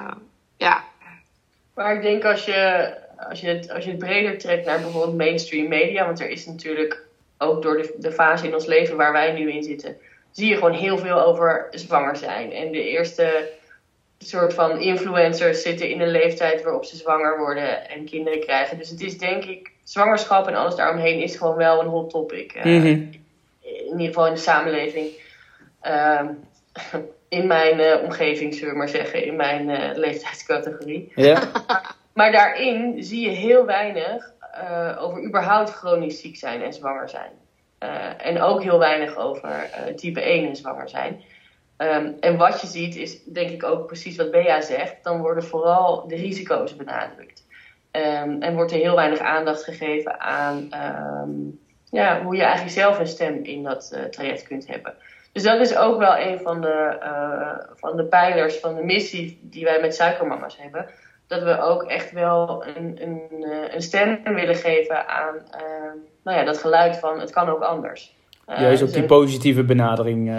Maar ik denk als je het breder trekt naar bijvoorbeeld mainstream media, want er is natuurlijk ook door de fase in ons leven waar wij nu in zitten, zie je gewoon heel veel over zwanger zijn. En de eerste soort van influencers zitten in een leeftijd waarop ze zwanger worden en kinderen krijgen. Dus het is denk ik, zwangerschap en alles daaromheen is gewoon wel een hot topic. In ieder geval in de samenleving. In mijn omgeving, zullen we maar zeggen, in mijn leeftijdscategorie. Ja. Maar daarin zie je heel weinig over überhaupt chronisch ziek zijn en zwanger zijn. En ook heel weinig over type 1 en zwanger zijn. En wat je ziet is, denk ik ook precies wat Bea zegt, dan worden vooral de risico's benadrukt. En wordt er heel weinig aandacht gegeven aan hoe je eigenlijk zelf een stem in dat traject kunt hebben. Dus dat is ook wel een van de pijlers van de missie die wij met Suikermama's hebben. Dat we ook echt wel een stem willen geven aan dat geluid van het kan ook anders. Juist ook die positieve benadering.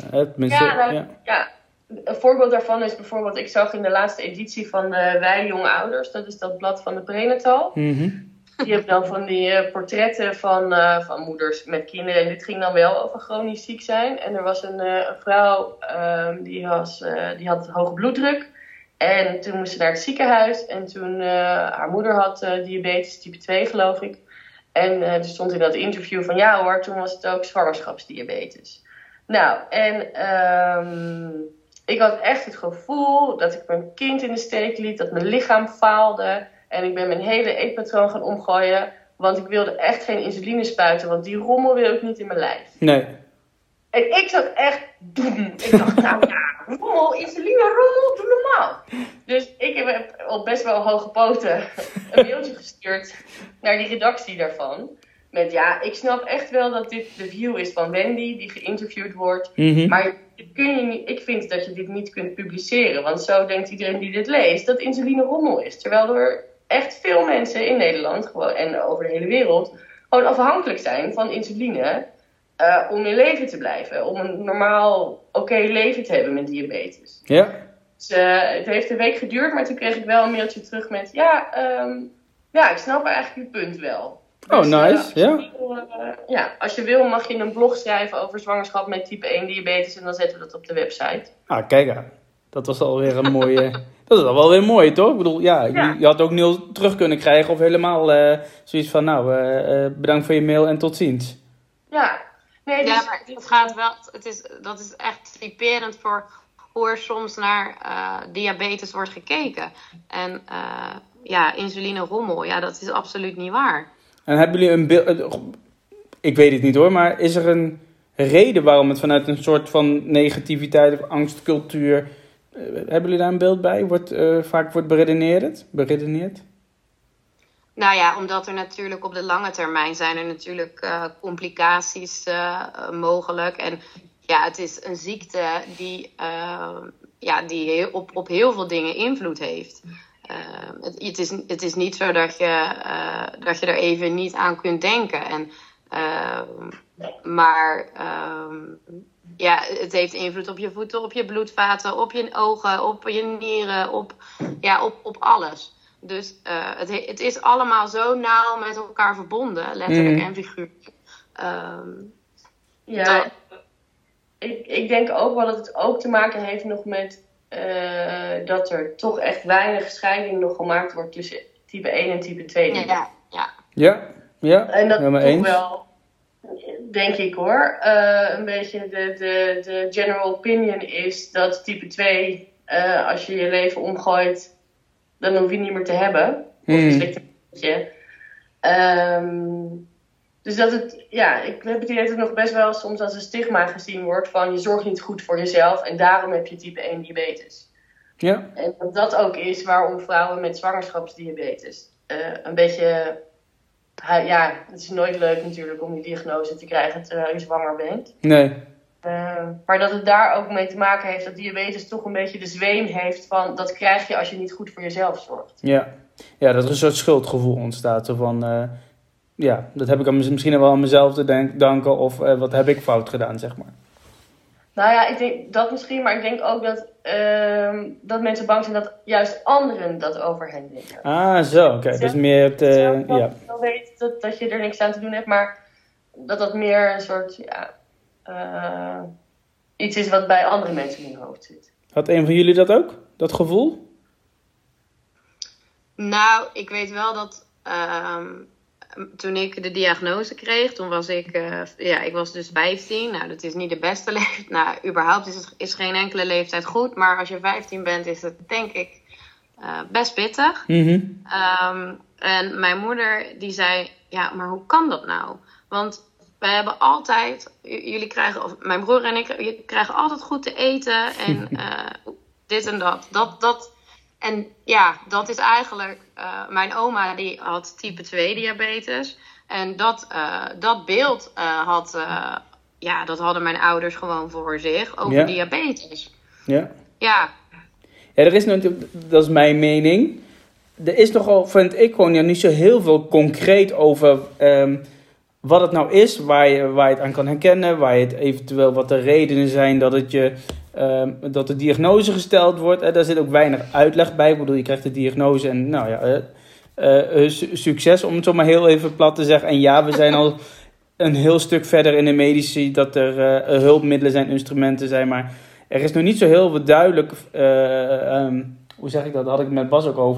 Een voorbeeld daarvan is bijvoorbeeld, ik zag in de laatste editie van Wij Jonge Ouders, dat is dat blad van de Prenatal. Mm-hmm. Die hebben dan van die portretten van moeders met kinderen. En dit ging dan wel over chronisch ziek zijn. En er was een vrouw die had hoge bloeddruk. En toen moest ze naar het ziekenhuis. En toen haar moeder had diabetes type 2 geloof ik. En er stond in dat interview van ja hoor, toen was het ook zwangerschapsdiabetes. Nou, en ik had echt het gevoel dat ik mijn kind in de steek liet. Dat mijn lichaam faalde. En ik ben mijn hele eetpatroon gaan omgooien. Want ik wilde echt geen insuline spuiten. Want die rommel wil ik niet in mijn lijf. Nee. En ik zat echt... Ik dacht, rommel, insuline, rommel, doe normaal. Dus ik heb op best wel hoge poten een mailtje gestuurd naar die redactie daarvan. Met ik snap echt wel dat dit de view is van Wendy, die geïnterviewd wordt. Mm-hmm. Maar ik vind dat je dit niet kunt publiceren. Want zo denkt iedereen die dit leest dat insuline rommel is. Terwijl er echt veel mensen in Nederland gewoon, en over de hele wereld gewoon afhankelijk zijn van insuline om in leven te blijven. Om een normaal oké leven te hebben met diabetes. Ja. Dus het heeft een week geduurd, maar toen kreeg ik wel een mailtje terug met ik snap eigenlijk uw punt wel. Dus, nice. Als je wil mag je een blog schrijven over zwangerschap met type 1 diabetes en dan zetten we dat op de website. Ah, kijk aan. Dat was alweer een mooie... Dat is al wel weer mooi, toch? Ik bedoel, je had ook 0 terug kunnen krijgen of helemaal zoiets van, bedankt voor je mail en tot ziens. Ja. Nee, dus, maar het gaat wel... Dat is echt typerend voor hoe er soms naar diabetes wordt gekeken. En insuline rommel, dat is absoluut niet waar. En hebben jullie een beeld... Ik weet het niet hoor, maar is er een reden waarom het vanuit een soort van negativiteit of angstcultuur... hebben jullie daar een beeld bij? Vaak wordt beredeneerd? Nou ja, omdat er natuurlijk op de lange termijn zijn er natuurlijk complicaties mogelijk. En ja, het is een ziekte die op heel veel dingen invloed heeft. Het is niet zo dat je er even niet aan kunt denken. Maar het heeft invloed op je voeten, op je bloedvaten, op je ogen, op je nieren, op alles. Dus het is allemaal zo nauw met elkaar verbonden, letterlijk en figuurlijk. Ik denk ook wel dat het ook te maken heeft nog met dat er toch echt weinig scheiding nog gemaakt wordt tussen type 1 en type 2. Ja. En dat helemaal toch eens. wel, denk ik hoor, een beetje de general opinion is dat type 2, als je je leven omgooit, dan hoef je niet meer te hebben. Of je slikt een beetje. Dus dat ik heb het idee dat het nog best wel soms als een stigma gezien wordt van je zorgt niet goed voor jezelf en daarom heb je type 1 diabetes. Ja. En dat ook is waarom vrouwen met zwangerschapsdiabetes een beetje, het is nooit leuk natuurlijk om die diagnose te krijgen terwijl je zwanger bent. Nee. Maar dat het daar ook mee te maken heeft dat diabetes toch een beetje de zweem heeft van dat krijg je als je niet goed voor jezelf zorgt. Ja, dat er een soort schuldgevoel ontstaat. Zo van, dat heb ik misschien wel aan mezelf te danken of wat heb ik fout gedaan, zeg maar. Nou ja, ik denk dat misschien, maar ik denk ook dat mensen bang zijn dat juist anderen dat over hen denken. Ah, zo, oké. Dus meer het, je weet dat je er niks aan te doen hebt, maar dat meer een soort, iets is wat bij andere mensen in hun hoofd zit. Had een van jullie dat ook? Dat gevoel? Nou, ik weet wel dat toen ik de diagnose kreeg, toen was ik was dus 15. Nou, dat is niet de beste leeftijd. Nou, überhaupt is geen enkele leeftijd goed. Maar als je 15 bent, is het denk ik best pittig. Mm-hmm. En mijn moeder die zei, ja, maar hoe kan dat nou? Want wij hebben altijd, mijn broer en ik, jullie krijgen altijd goed te eten en dit en dat. En ja, dat is eigenlijk, mijn oma die had type 2 diabetes. En dat beeld dat hadden mijn ouders gewoon voor zich over diabetes. Ja. Ja. Ja, er is natuurlijk, dat is mijn mening. Er is nogal, vind ik gewoon niet zo heel veel concreet over wat het nou is, waar je het aan kan herkennen, waar je het eventueel wat de redenen zijn dat de diagnose gesteld wordt. Daar zit ook weinig uitleg bij. Ik bedoel, je krijgt de diagnose en succes, om het zo maar heel even plat te zeggen. En ja, we zijn al een heel stuk verder in de medici, dat er hulpmiddelen zijn, instrumenten zijn, maar er is nog niet zo heel veel duidelijk, hoe zeg ik dat, daar had ik het met Bas ook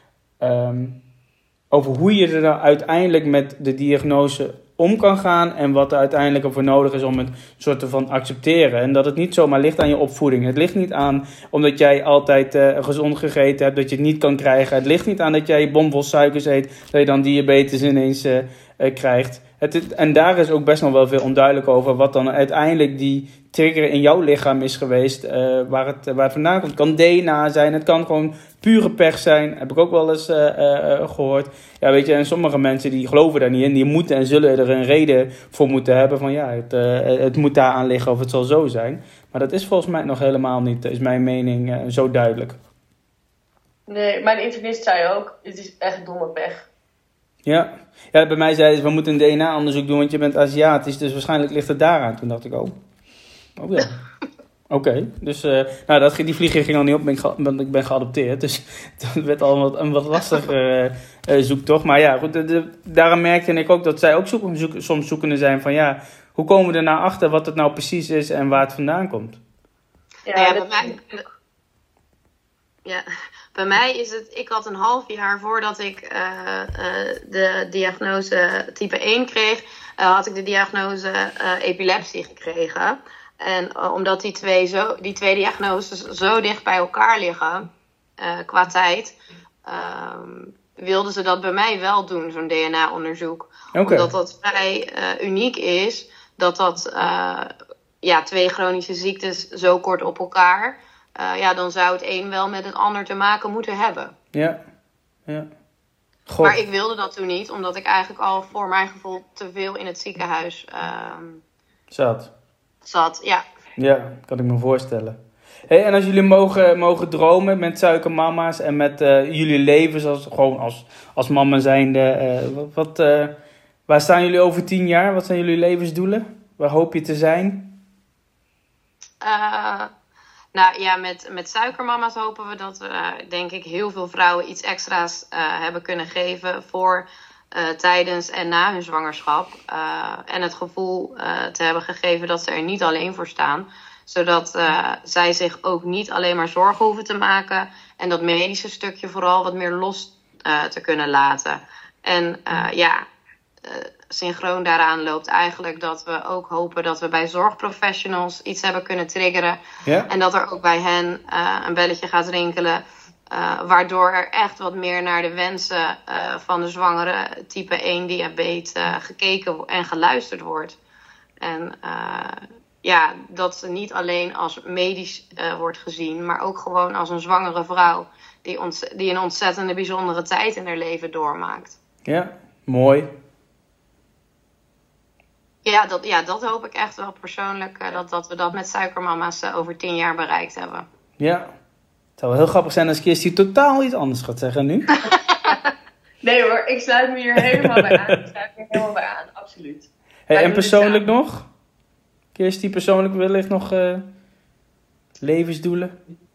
over hoe je er nou uiteindelijk met de diagnose om kan gaan en wat er uiteindelijk ervoor nodig is om het soort van accepteren. En dat het niet zomaar ligt aan je opvoeding. Het ligt niet aan omdat jij altijd gezond gegeten hebt, dat je het niet kan krijgen. Het ligt niet aan dat jij bomvol suikers eet, dat je dan diabetes ineens krijgt. En daar is ook best nog wel veel onduidelijk over wat dan uiteindelijk die trigger in jouw lichaam is geweest, waar het vandaan komt. Het kan DNA zijn, het kan gewoon pure pech zijn, heb ik ook wel eens gehoord. Ja, weet je, en sommige mensen die geloven daar niet in, die moeten en zullen er een reden voor moeten hebben van het moet daar aan liggen of het zal zo zijn. Maar dat is volgens mij nog helemaal niet, is mijn mening, zo duidelijk. Nee, mijn internist zei ook, het is echt domme pech. Ja, bij mij zei ze, we moeten een DNA-onderzoek doen, want je bent Aziatisch, dus waarschijnlijk ligt het daaraan. Toen dacht ik, oh ja. Oké, dus die vlieger ging al niet op, want ik ben geadopteerd. Dus dat werd al een wat lastiger zoektocht. Maar ja, goed, daarom merkte ik ook dat zij ook soms zoekende zijn van hoe komen we er nou achter wat het nou precies is en waar het vandaan komt? Bij mij is het, ik had een half jaar voordat ik de diagnose type 1 kreeg, had ik de diagnose epilepsie gekregen. En omdat die twee diagnoses zo dicht bij elkaar liggen, qua tijd, wilden ze dat bij mij wel doen, zo'n DNA-onderzoek. Okay. Omdat dat vrij uniek is, dat twee chronische ziektes zo kort op elkaar, dan zou het een wel met het ander te maken moeten hebben. Ja. God. Maar ik wilde dat toen niet, omdat ik eigenlijk al voor mijn gevoel te veel in het ziekenhuis zat. Ja. Ja, kan ik me voorstellen. Hey, en als jullie mogen dromen met suikermama's en met jullie levens als mama zijnde, waar staan jullie over 10 jaar? Wat zijn jullie levensdoelen? Waar hoop je te zijn? Nou ja, met suikermama's hopen we dat we, denk ik, heel veel vrouwen iets extra's hebben kunnen geven voor tijdens en na hun zwangerschap. En het gevoel te hebben gegeven dat ze er niet alleen voor staan. Zodat zij zich ook niet alleen maar zorgen hoeven te maken. En dat medische stukje vooral wat meer los te kunnen laten. En synchroon daaraan loopt eigenlijk dat we ook hopen dat we bij zorgprofessionals iets hebben kunnen triggeren. Ja? En dat er ook bij hen een belletje gaat rinkelen. Waardoor er echt wat meer naar de wensen van de zwangere type 1 diabetes gekeken en geluisterd wordt. En dat ze niet alleen als medisch wordt gezien, maar ook gewoon als een zwangere vrouw die een ontzettende bijzondere tijd in haar leven doormaakt. Ja, mooi. Ja, dat hoop ik echt wel persoonlijk, dat we dat met suikermama's over 10 jaar bereikt hebben. Ja, het zou wel heel grappig zijn als Kirsty totaal iets anders gaat zeggen nu. Nee hoor, ik sluit me hier helemaal bij aan. Absoluut. Hey, en persoonlijk nog? Kirsty, persoonlijk wellicht nog levensdoelen?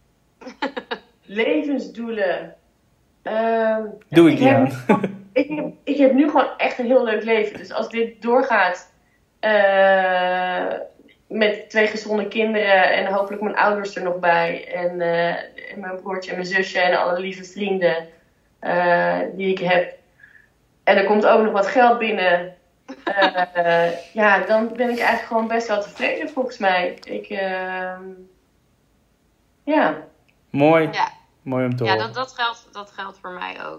Levensdoelen? Doe ik niet aan. Ik heb nu gewoon echt een heel leuk leven. Dus als dit doorgaat met 2 gezonde kinderen en hopelijk mijn ouders er nog bij. En mijn broertje en mijn zusje en alle lieve vrienden die ik heb. En er komt ook nog wat geld binnen. Dan ben ik eigenlijk gewoon best wel tevreden volgens mij. Mooi. Ja. Mooi om te horen. Ja, dat geldt voor mij ook.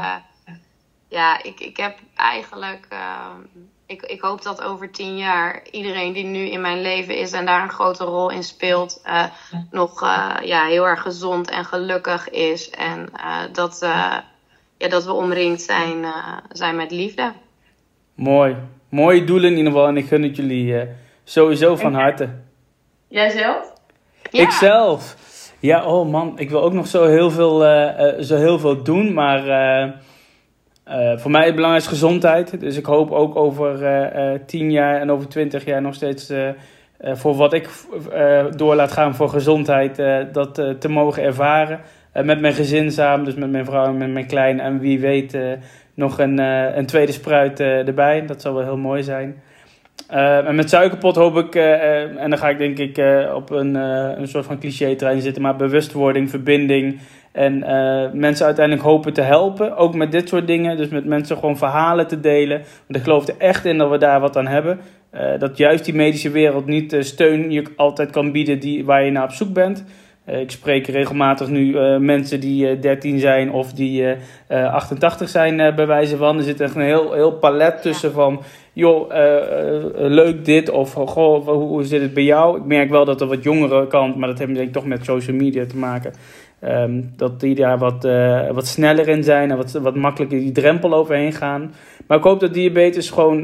Ik heb eigenlijk... Ik hoop dat over 10 jaar iedereen die nu in mijn leven is en daar een grote rol in speelt, nog heel erg gezond en gelukkig is. En dat we omringd zijn met liefde. Mooi. Mooie doelen in ieder geval. En ik gun het jullie sowieso van harte. Jijzelf? Ja. Ikzelf? Ja, oh man. Ik wil ook nog zo heel veel doen. Maar voor mij het belangrijkste is gezondheid. Dus ik hoop ook over 10 jaar en over 20 jaar nog steeds voor wat ik door laat gaan voor gezondheid dat te mogen ervaren. Met mijn gezin samen, dus met mijn vrouw en met mijn klein. En wie weet nog een tweede spruit erbij. Dat zou wel heel mooi zijn. En met Suikerpot hoop ik, en dan ga ik denk ik op een soort van cliché-trein zitten, maar bewustwording, verbinding en mensen uiteindelijk hopen te helpen. Ook met dit soort dingen, dus met mensen gewoon verhalen te delen. Want ik geloof er echt in dat we daar wat aan hebben. Dat juist die medische wereld niet steun je altijd kan bieden waar je naar op zoek bent. Ik spreek regelmatig nu mensen die 13 zijn of die 88 zijn bij wijze van. Er zit echt een heel palet tussen van, joh, leuk dit of goh, hoe zit het bij jou? Ik merk wel dat er wat jongere kant, maar dat heeft denk ik toch met social media te maken. Dat die daar wat sneller in zijn en wat makkelijker die drempel overheen gaan. Maar ik hoop dat diabetes gewoon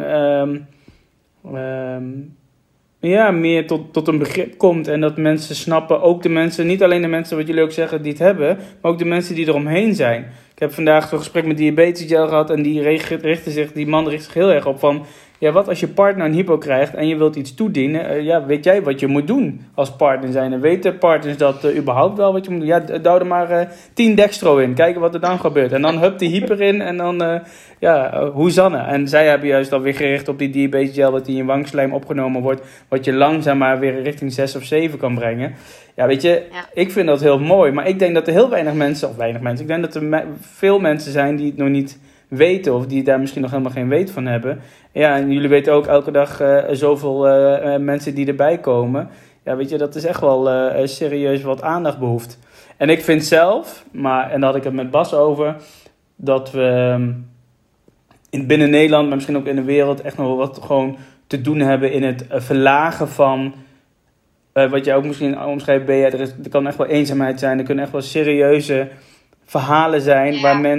meer tot een begrip komt en dat mensen snappen, ook de mensen, niet alleen de mensen wat jullie ook zeggen die het hebben, maar ook de mensen die eromheen zijn. Ik heb vandaag een gesprek met Diabetesgel gehad en die man richt zich heel erg op van, ja, wat als je partner een hypo krijgt en je wilt iets toedienen, weet jij wat je moet doen als partner zijn? En weten partners dat überhaupt wel wat je moet doen? Ja, douw er maar 10 dextro in, kijken wat er dan gebeurt. En dan hup die hyper in en dan, Hoezanne. En zij hebben juist alweer gericht op die diabetesgel dat die in je wangslijm opgenomen wordt, wat je langzaam maar weer richting 6 of 7 kan brengen. Ja, weet je, Ik vind dat heel mooi, maar ik denk dat er heel weinig mensen, ik denk dat er veel mensen zijn die het nog niet weten of die daar misschien nog helemaal geen weet van hebben. Ja, en jullie weten ook elke dag zoveel mensen die erbij komen. Ja, weet je, dat is echt wel serieus wat aandacht behoeft. En ik vind zelf, en daar had ik het met Bas over, dat we binnen Nederland, maar misschien ook in de wereld, echt nog wel wat gewoon te doen hebben in het verlagen van, wat jij ook misschien omschrijft, Bea, er kan echt wel eenzaamheid zijn. Er kunnen echt wel serieuze verhalen zijn waar men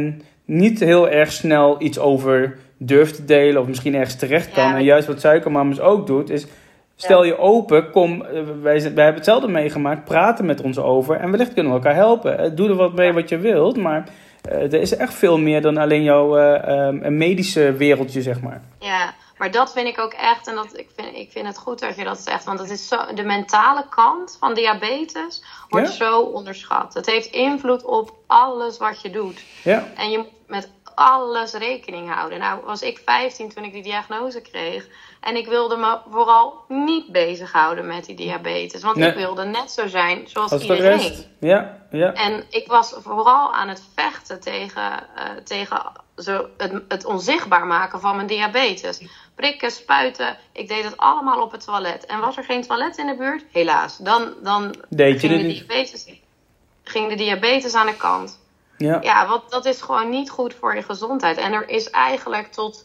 niet heel erg snel iets over durft te delen of misschien ergens terecht kan. Ja. En juist wat Suikermamas ook doet is, stel je open, kom, wij hebben hetzelfde meegemaakt, praten met ons over en wellicht kunnen we elkaar helpen. Doe er wat mee wat je wilt, maar er is echt veel meer dan alleen jouw medische wereldje, zeg maar. Ja, maar dat vind ik ook echt, en ik vind het goed dat je dat zegt, want het is zo, de mentale kant van diabetes wordt zo onderschat. Het heeft invloed op alles wat je doet. Ja. En je moet met alles rekening houden. Nou was ik 15 toen ik die diagnose kreeg. En ik wilde me vooral niet bezighouden met die diabetes. Want ik wilde net zo zijn zoals als iedereen. De rest. Ja. En ik was vooral aan het vechten tegen het onzichtbaar maken van mijn diabetes. Prikken, spuiten, ik deed het allemaal op het toilet. En was er geen toilet in de buurt? Helaas. Dan ging de diabetes aan de kant. Ja, want dat is gewoon niet goed voor je gezondheid. En er is eigenlijk tot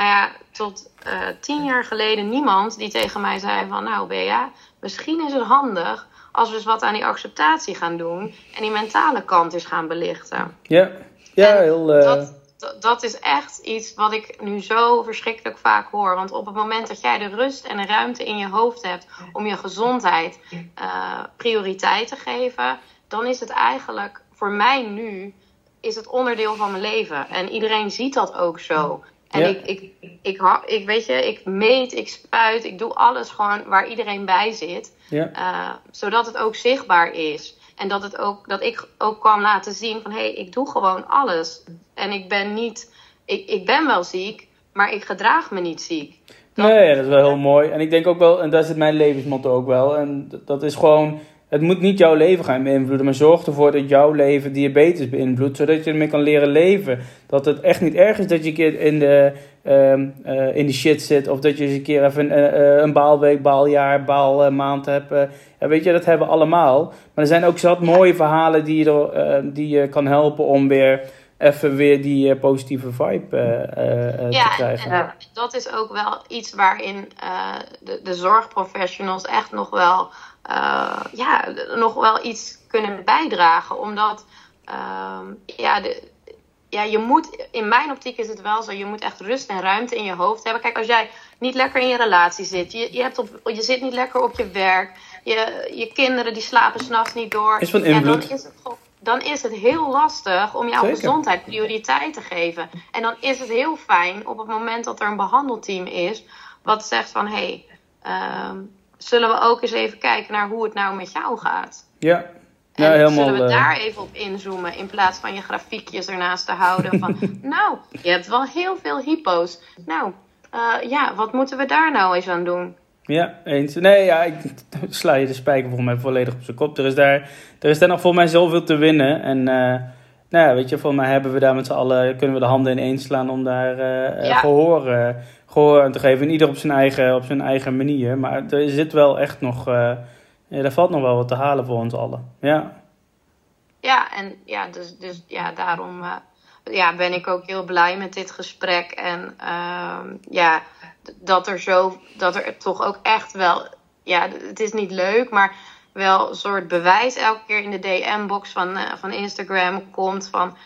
10 jaar geleden niemand die tegen mij zei van, nou Bea, misschien is het handig als we eens wat aan die acceptatie gaan doen en die mentale kant eens gaan belichten. Ja, heel... Dat is echt iets wat ik nu zo verschrikkelijk vaak hoor. Want op het moment dat jij de rust en de ruimte in je hoofd hebt om je gezondheid prioriteit te geven, dan is het eigenlijk voor mij nu is het onderdeel van mijn leven. En iedereen ziet dat ook zo. En ik weet je, ik meet, ik spuit, ik doe alles gewoon waar iedereen bij zit. Zodat het ook zichtbaar is. En dat ik ook kan laten zien van, hé, ik doe gewoon alles. En ik ben niet, ik ben wel ziek, maar ik gedraag me niet ziek. Nee, dat is wel heel mooi. En ik denk ook wel, en dat is mijn levensmotto ook wel. En dat is gewoon, het moet niet jouw leven gaan beïnvloeden, maar zorg ervoor dat jouw leven diabetes beïnvloedt, zodat je ermee kan leren leven. Dat het echt niet erg is dat je een keer in de shit zit, of dat je eens een keer even een baalweek, baaljaar, baalmaand hebt. Weet je, dat hebben we allemaal. Maar er zijn ook zat mooie verhalen die je kan helpen om weer die positieve vibe te krijgen. En dat is ook wel iets waarin de zorgprofessionals echt nog wel iets kunnen bijdragen. Omdat je moet, in mijn optiek is het wel zo, je moet echt rust en ruimte in je hoofd hebben. Kijk, als jij niet lekker in je relatie zit, je zit niet lekker op je werk, je kinderen die slapen 's nachts niet door. Is van invloed. Dan is het heel lastig om jouw gezondheid prioriteit te geven. En dan is het heel fijn op het moment dat er een behandelteam is wat zegt van, zullen we ook eens even kijken naar hoe het nou met jou gaat? Ja. En helemaal, zullen we daar even op inzoomen in plaats van je grafiekjes ernaast te houden van, nou, je hebt wel heel veel hypo's. Nou, wat moeten we daar nou eens aan doen? Ja, eens. Nee, ik sla je de spijker volgens mij volledig op zijn kop. Er is daar nog volgens mij zoveel te winnen. En weet je, volgens mij hebben we daar met z'n allen, kunnen we de handen ineens slaan om daar gehoor aan te geven. En ieder op zijn eigen manier. Maar er zit wel echt nog, er valt nog wel wat te halen voor ons allen. Ja. Ja, en dus daarom ben ik ook heel blij met dit gesprek. En dat er toch ook echt wel, het is niet leuk, maar wel een soort bewijs elke keer in de DM-box van Instagram komt van,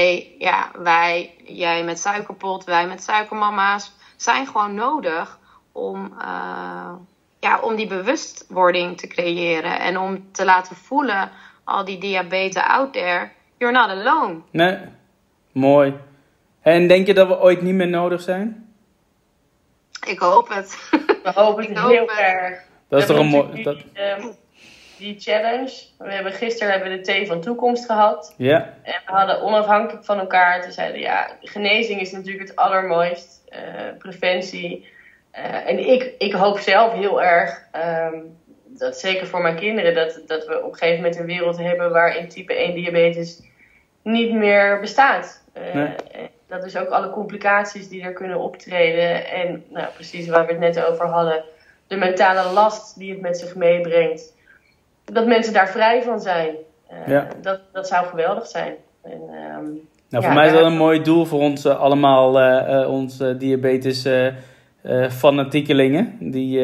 jij met Suikerpot, wij met Suikermama's, zijn gewoon nodig om die bewustwording te creëren en om te laten voelen, al die diabetes out there, you're not alone. Nee, mooi. En denk je dat we ooit niet meer nodig zijn? Ik hoop het. We hopen het heel erg. Dat is toch een mooi... Die challenge. Gisteren hebben we de thee van toekomst gehad. Ja. En we hadden onafhankelijk van elkaar. Toen zeiden genezing is natuurlijk het allermooist. Preventie. En ik hoop zelf heel erg, dat zeker voor mijn kinderen, dat we op een gegeven moment een wereld hebben waarin type 1 diabetes niet meer bestaat. Dat is ook alle complicaties die er kunnen optreden. En precies waar we het net over hadden. De mentale last die het met zich meebrengt. Dat mensen daar vrij van zijn. Dat zou geweldig zijn. En, voor mij is dat een mooi doel voor ons allemaal. Onze diabetes fanatiekelingen. Die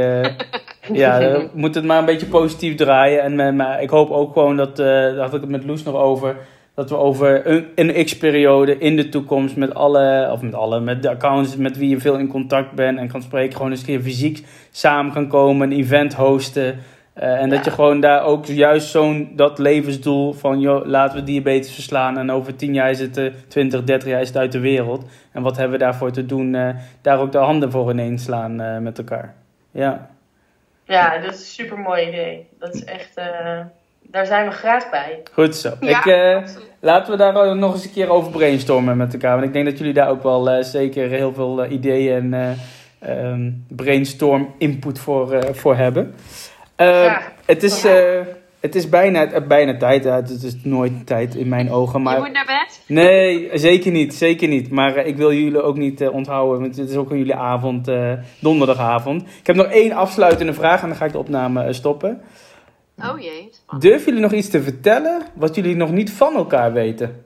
moeten het maar een beetje positief draaien. En ik hoop ook gewoon dat, daar had ik het met Loes nog over, dat we over een x-periode in de toekomst met de accounts met wie je veel in contact bent en kan spreken, gewoon eens een keer fysiek samen kan komen, een event hosten. En dat je gewoon daar ook juist dat levensdoel van, joh, laten we diabetes verslaan en over 10 jaar is het 20, 30 jaar is het uit de wereld. En wat hebben we daarvoor te doen? Daar ook de handen voor ineens slaan met elkaar. Ja. Ja, dat is een super mooi idee. Dat is echt, daar zijn we graag bij. Goed zo. Ja, Laten we daar nog eens een keer over brainstormen met elkaar. Want ik denk dat jullie daar ook wel zeker heel veel ideeën en brainstorm input voor hebben. Het is bijna tijd. Het is nooit tijd in mijn ogen. Maar... Je moet naar bed? Nee, zeker niet. Maar ik wil jullie ook niet onthouden. Want het is ook jullie avond, donderdagavond. Ik heb nog 1 afsluitende vraag en dan ga ik de opname stoppen. Oh jee. Spannend. Durven jullie nog iets te vertellen wat jullie nog niet van elkaar weten?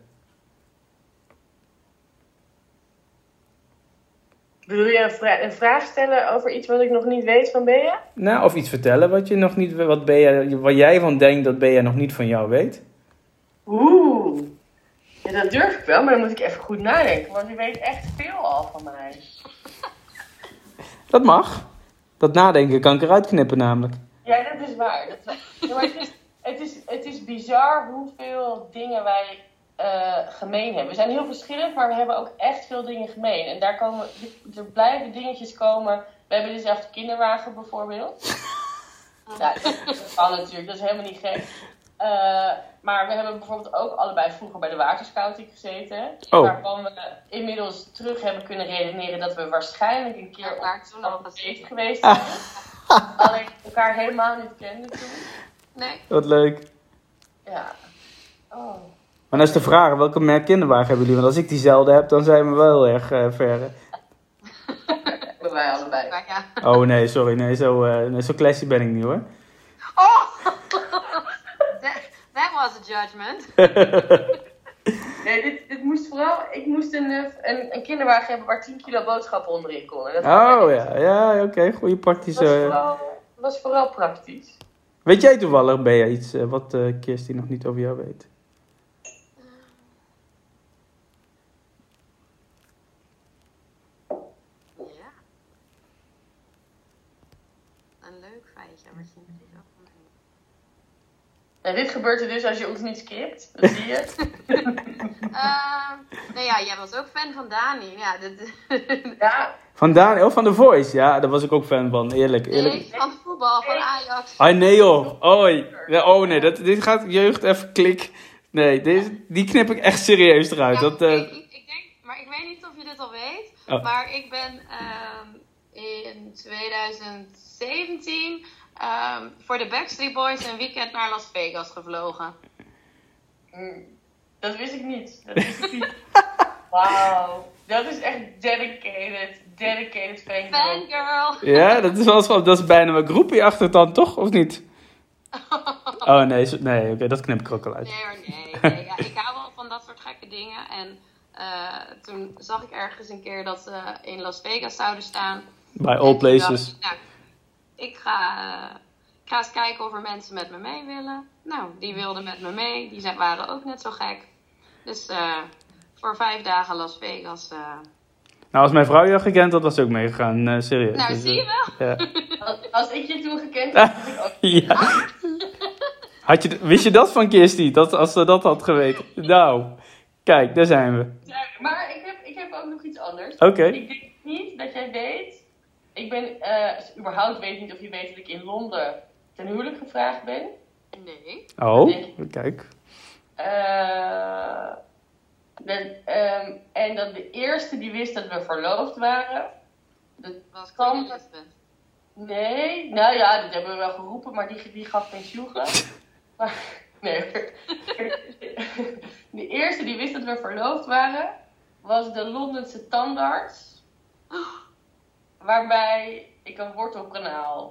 Bedoel je een vraag stellen over iets wat ik nog niet weet van Bea? Nou, of iets vertellen wat je nog niet, waar jij van denkt dat Bea nog niet van jou weet. Oeh. Ja, dat durf ik wel, maar dan moet ik even goed nadenken. Want je weet echt veel al van mij. Dat mag. Dat nadenken kan ik eruit knippen namelijk. Ja, dat is waar. Ja, maar het is bizar hoeveel dingen wij gemeen hebben. We zijn heel verschillend, maar we hebben ook echt veel dingen gemeen. En er blijven dingetjes komen. We hebben dezelfde kinderwagen bijvoorbeeld. Ja, dat kan natuurlijk, dat is helemaal niet gek. Maar we hebben bijvoorbeeld ook allebei vroeger bij de waterscouting gezeten. Oh. Waarvan we inmiddels terug hebben kunnen redeneren dat we waarschijnlijk een keer op een date geweest zijn. Alleen elkaar helemaal niet kenden toen. Nee. Wat leuk. Ja. Oh. Maar dan is de vraag, welke merk kinderwagen hebben jullie? Want als ik diezelfde heb, dan zijn we wel heel erg ver. Bij wij allebei. Maar ja. Oh nee, sorry. Nee, zo classy ben ik niet hoor. Oh! That was a judgment. Nee, dit moest vooral... Ik moest een kinderwagen hebben waar 10 kilo boodschappen onderin konden. Dat Ja, oké. Goeie praktische... Dat was vooral praktisch. Weet jij toevallig, Bea, iets wat Kirsty nog niet over jou weet? Ja. Een leuk feitje wat je niet zo van weet. En dit gebeurt er dus als je ons niet skipt. Dat zie je. Nou ja, jij was ook fan van Dani. Ja, Ja. Van Daan, van The Voice. Ja, daar was ik ook fan van. Eerlijk. Nee, van voetbal, van Ajax. Ah nee joh. Oei. Ja, oh nee, dit gaat jeugd even klik. Nee, die knip ik echt serieus eruit. Ja, Dat, ik denk, maar ik weet niet of je dit al weet. Oh. Maar ik ben in 2017 voor de Backstreet Boys een weekend naar Las Vegas gevlogen. Dat wist ik niet. Wauw. Dat is echt dedicated fangirl. Fangirl. ja, dat is bijna een groepie achter het dan, toch? Of niet? Oh nee, oké, dat knip ik er ook al uit. Nee hoor, nee. Ja, ik hou wel van dat soort gekke dingen. En toen zag ik ergens een keer dat ze in Las Vegas zouden staan. By all places. Dacht, nou, ik ga eens kijken of er mensen met me mee willen. Nou, die wilden met me mee. Die waren ook net zo gek. Dus voor 5 dagen Las Vegas. Nou, als mijn vrouw je gekend had, was ze ook meegegaan. Serieus. Nou, Dus, zie je wel. Ja. Als ik je toen gekend had, had ik ook... Ja. Wist je dat van Kirsty? Als ze dat had geweten. Nou, kijk, daar zijn we. Ja, maar ik heb ook nog iets anders. Oké. Ik denk niet dat jij weet... Ik ben... überhaupt weet ik niet of je weet dat ik in Londen ten huwelijk gevraagd ben. Nee. Oh, kijk. En dat de eerste die wist dat we verloofd waren... Was kwam... Elizabeth. Nee, nou ja, dat hebben we wel geroepen, maar die gaf geen sjoegelen. Maar, nee. De eerste die wist dat we verloofd waren, was de Londense tandarts. Waarbij ik een wortelkanaal.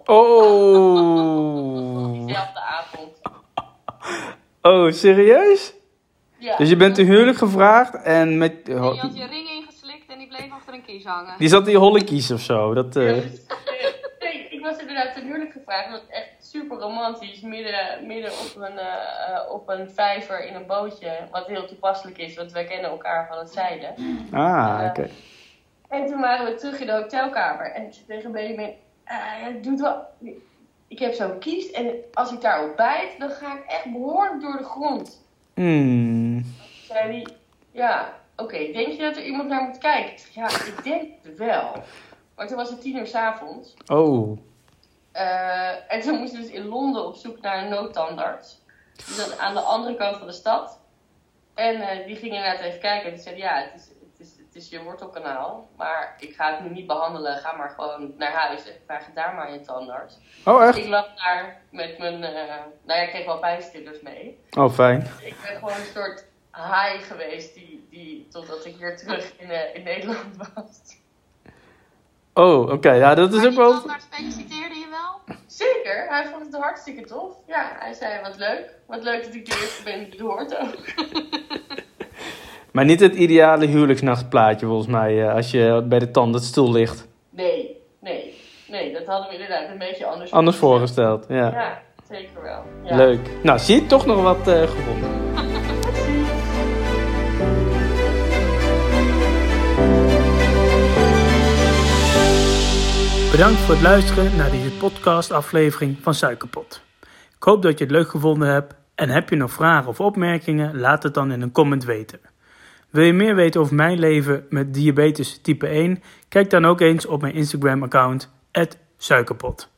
Oh. Diezelfde avond. Oh, serieus? Ja. Dus je bent ten huwelijk gevraagd en met... En je had je ring ingeslikt en die bleef achter een kies hangen. Die zat in je holle kies of zo. Dat, Nee, ik was inderdaad ten huwelijk gevraagd. Dat was echt super romantisch, midden op een vijver in een bootje. Wat heel toepasselijk is, want wij kennen elkaar van het zeilen. Oké. En toen waren we terug in de hotelkamer. En toen tegen Benjamin, doe wel. Ik heb zo'n kiest en als ik daarop bijt, dan ga ik echt behoorlijk door de grond. Toen zei hij, ja, oké, denk je dat er iemand naar moet kijken? Ik zeg, ja, ik denk het wel. Maar toen was het 10:00 'avonds. Oh. En toen moesten we dus in Londen op zoek naar een noodtandarts. Dus dan aan de andere kant van de stad. En die ging inderdaad even kijken. En die zei, ja, het is je wortelkanaal. Maar ik ga het nu niet behandelen. Ga maar gewoon naar huis en vraag daar maar je tandarts. Oh, echt? Dus ik lag daar met mijn... ik kreeg wel pijnstillers mee. Oh, fijn. Dus ik ben gewoon een soort high geweest totdat ik weer terug in Nederland was. Oh, oké. Ja, dat is maar ook wel... die tandarts feliciteerde je wel? Zeker, hij vond het hartstikke tof. Ja, hij zei, wat leuk. Wat leuk dat ik de eerste ben die het hoort ook. Maar niet het ideale huwelijksnachtplaatje volgens mij, als je bij de tandartsstoel ligt. Nee, dat hadden we inderdaad een beetje Anders voorgesteld, ja. Ja, zeker wel. Ja. Leuk. Nou, zie je, toch nog wat gevonden. Bedankt voor het luisteren naar deze podcastaflevering van Suikerpot. Ik hoop dat je het leuk gevonden hebt. En heb je nog vragen of opmerkingen, laat het dan in een comment weten. Wil je meer weten over mijn leven met diabetes type 1? Kijk dan ook eens op mijn Instagram-account @suikerpot.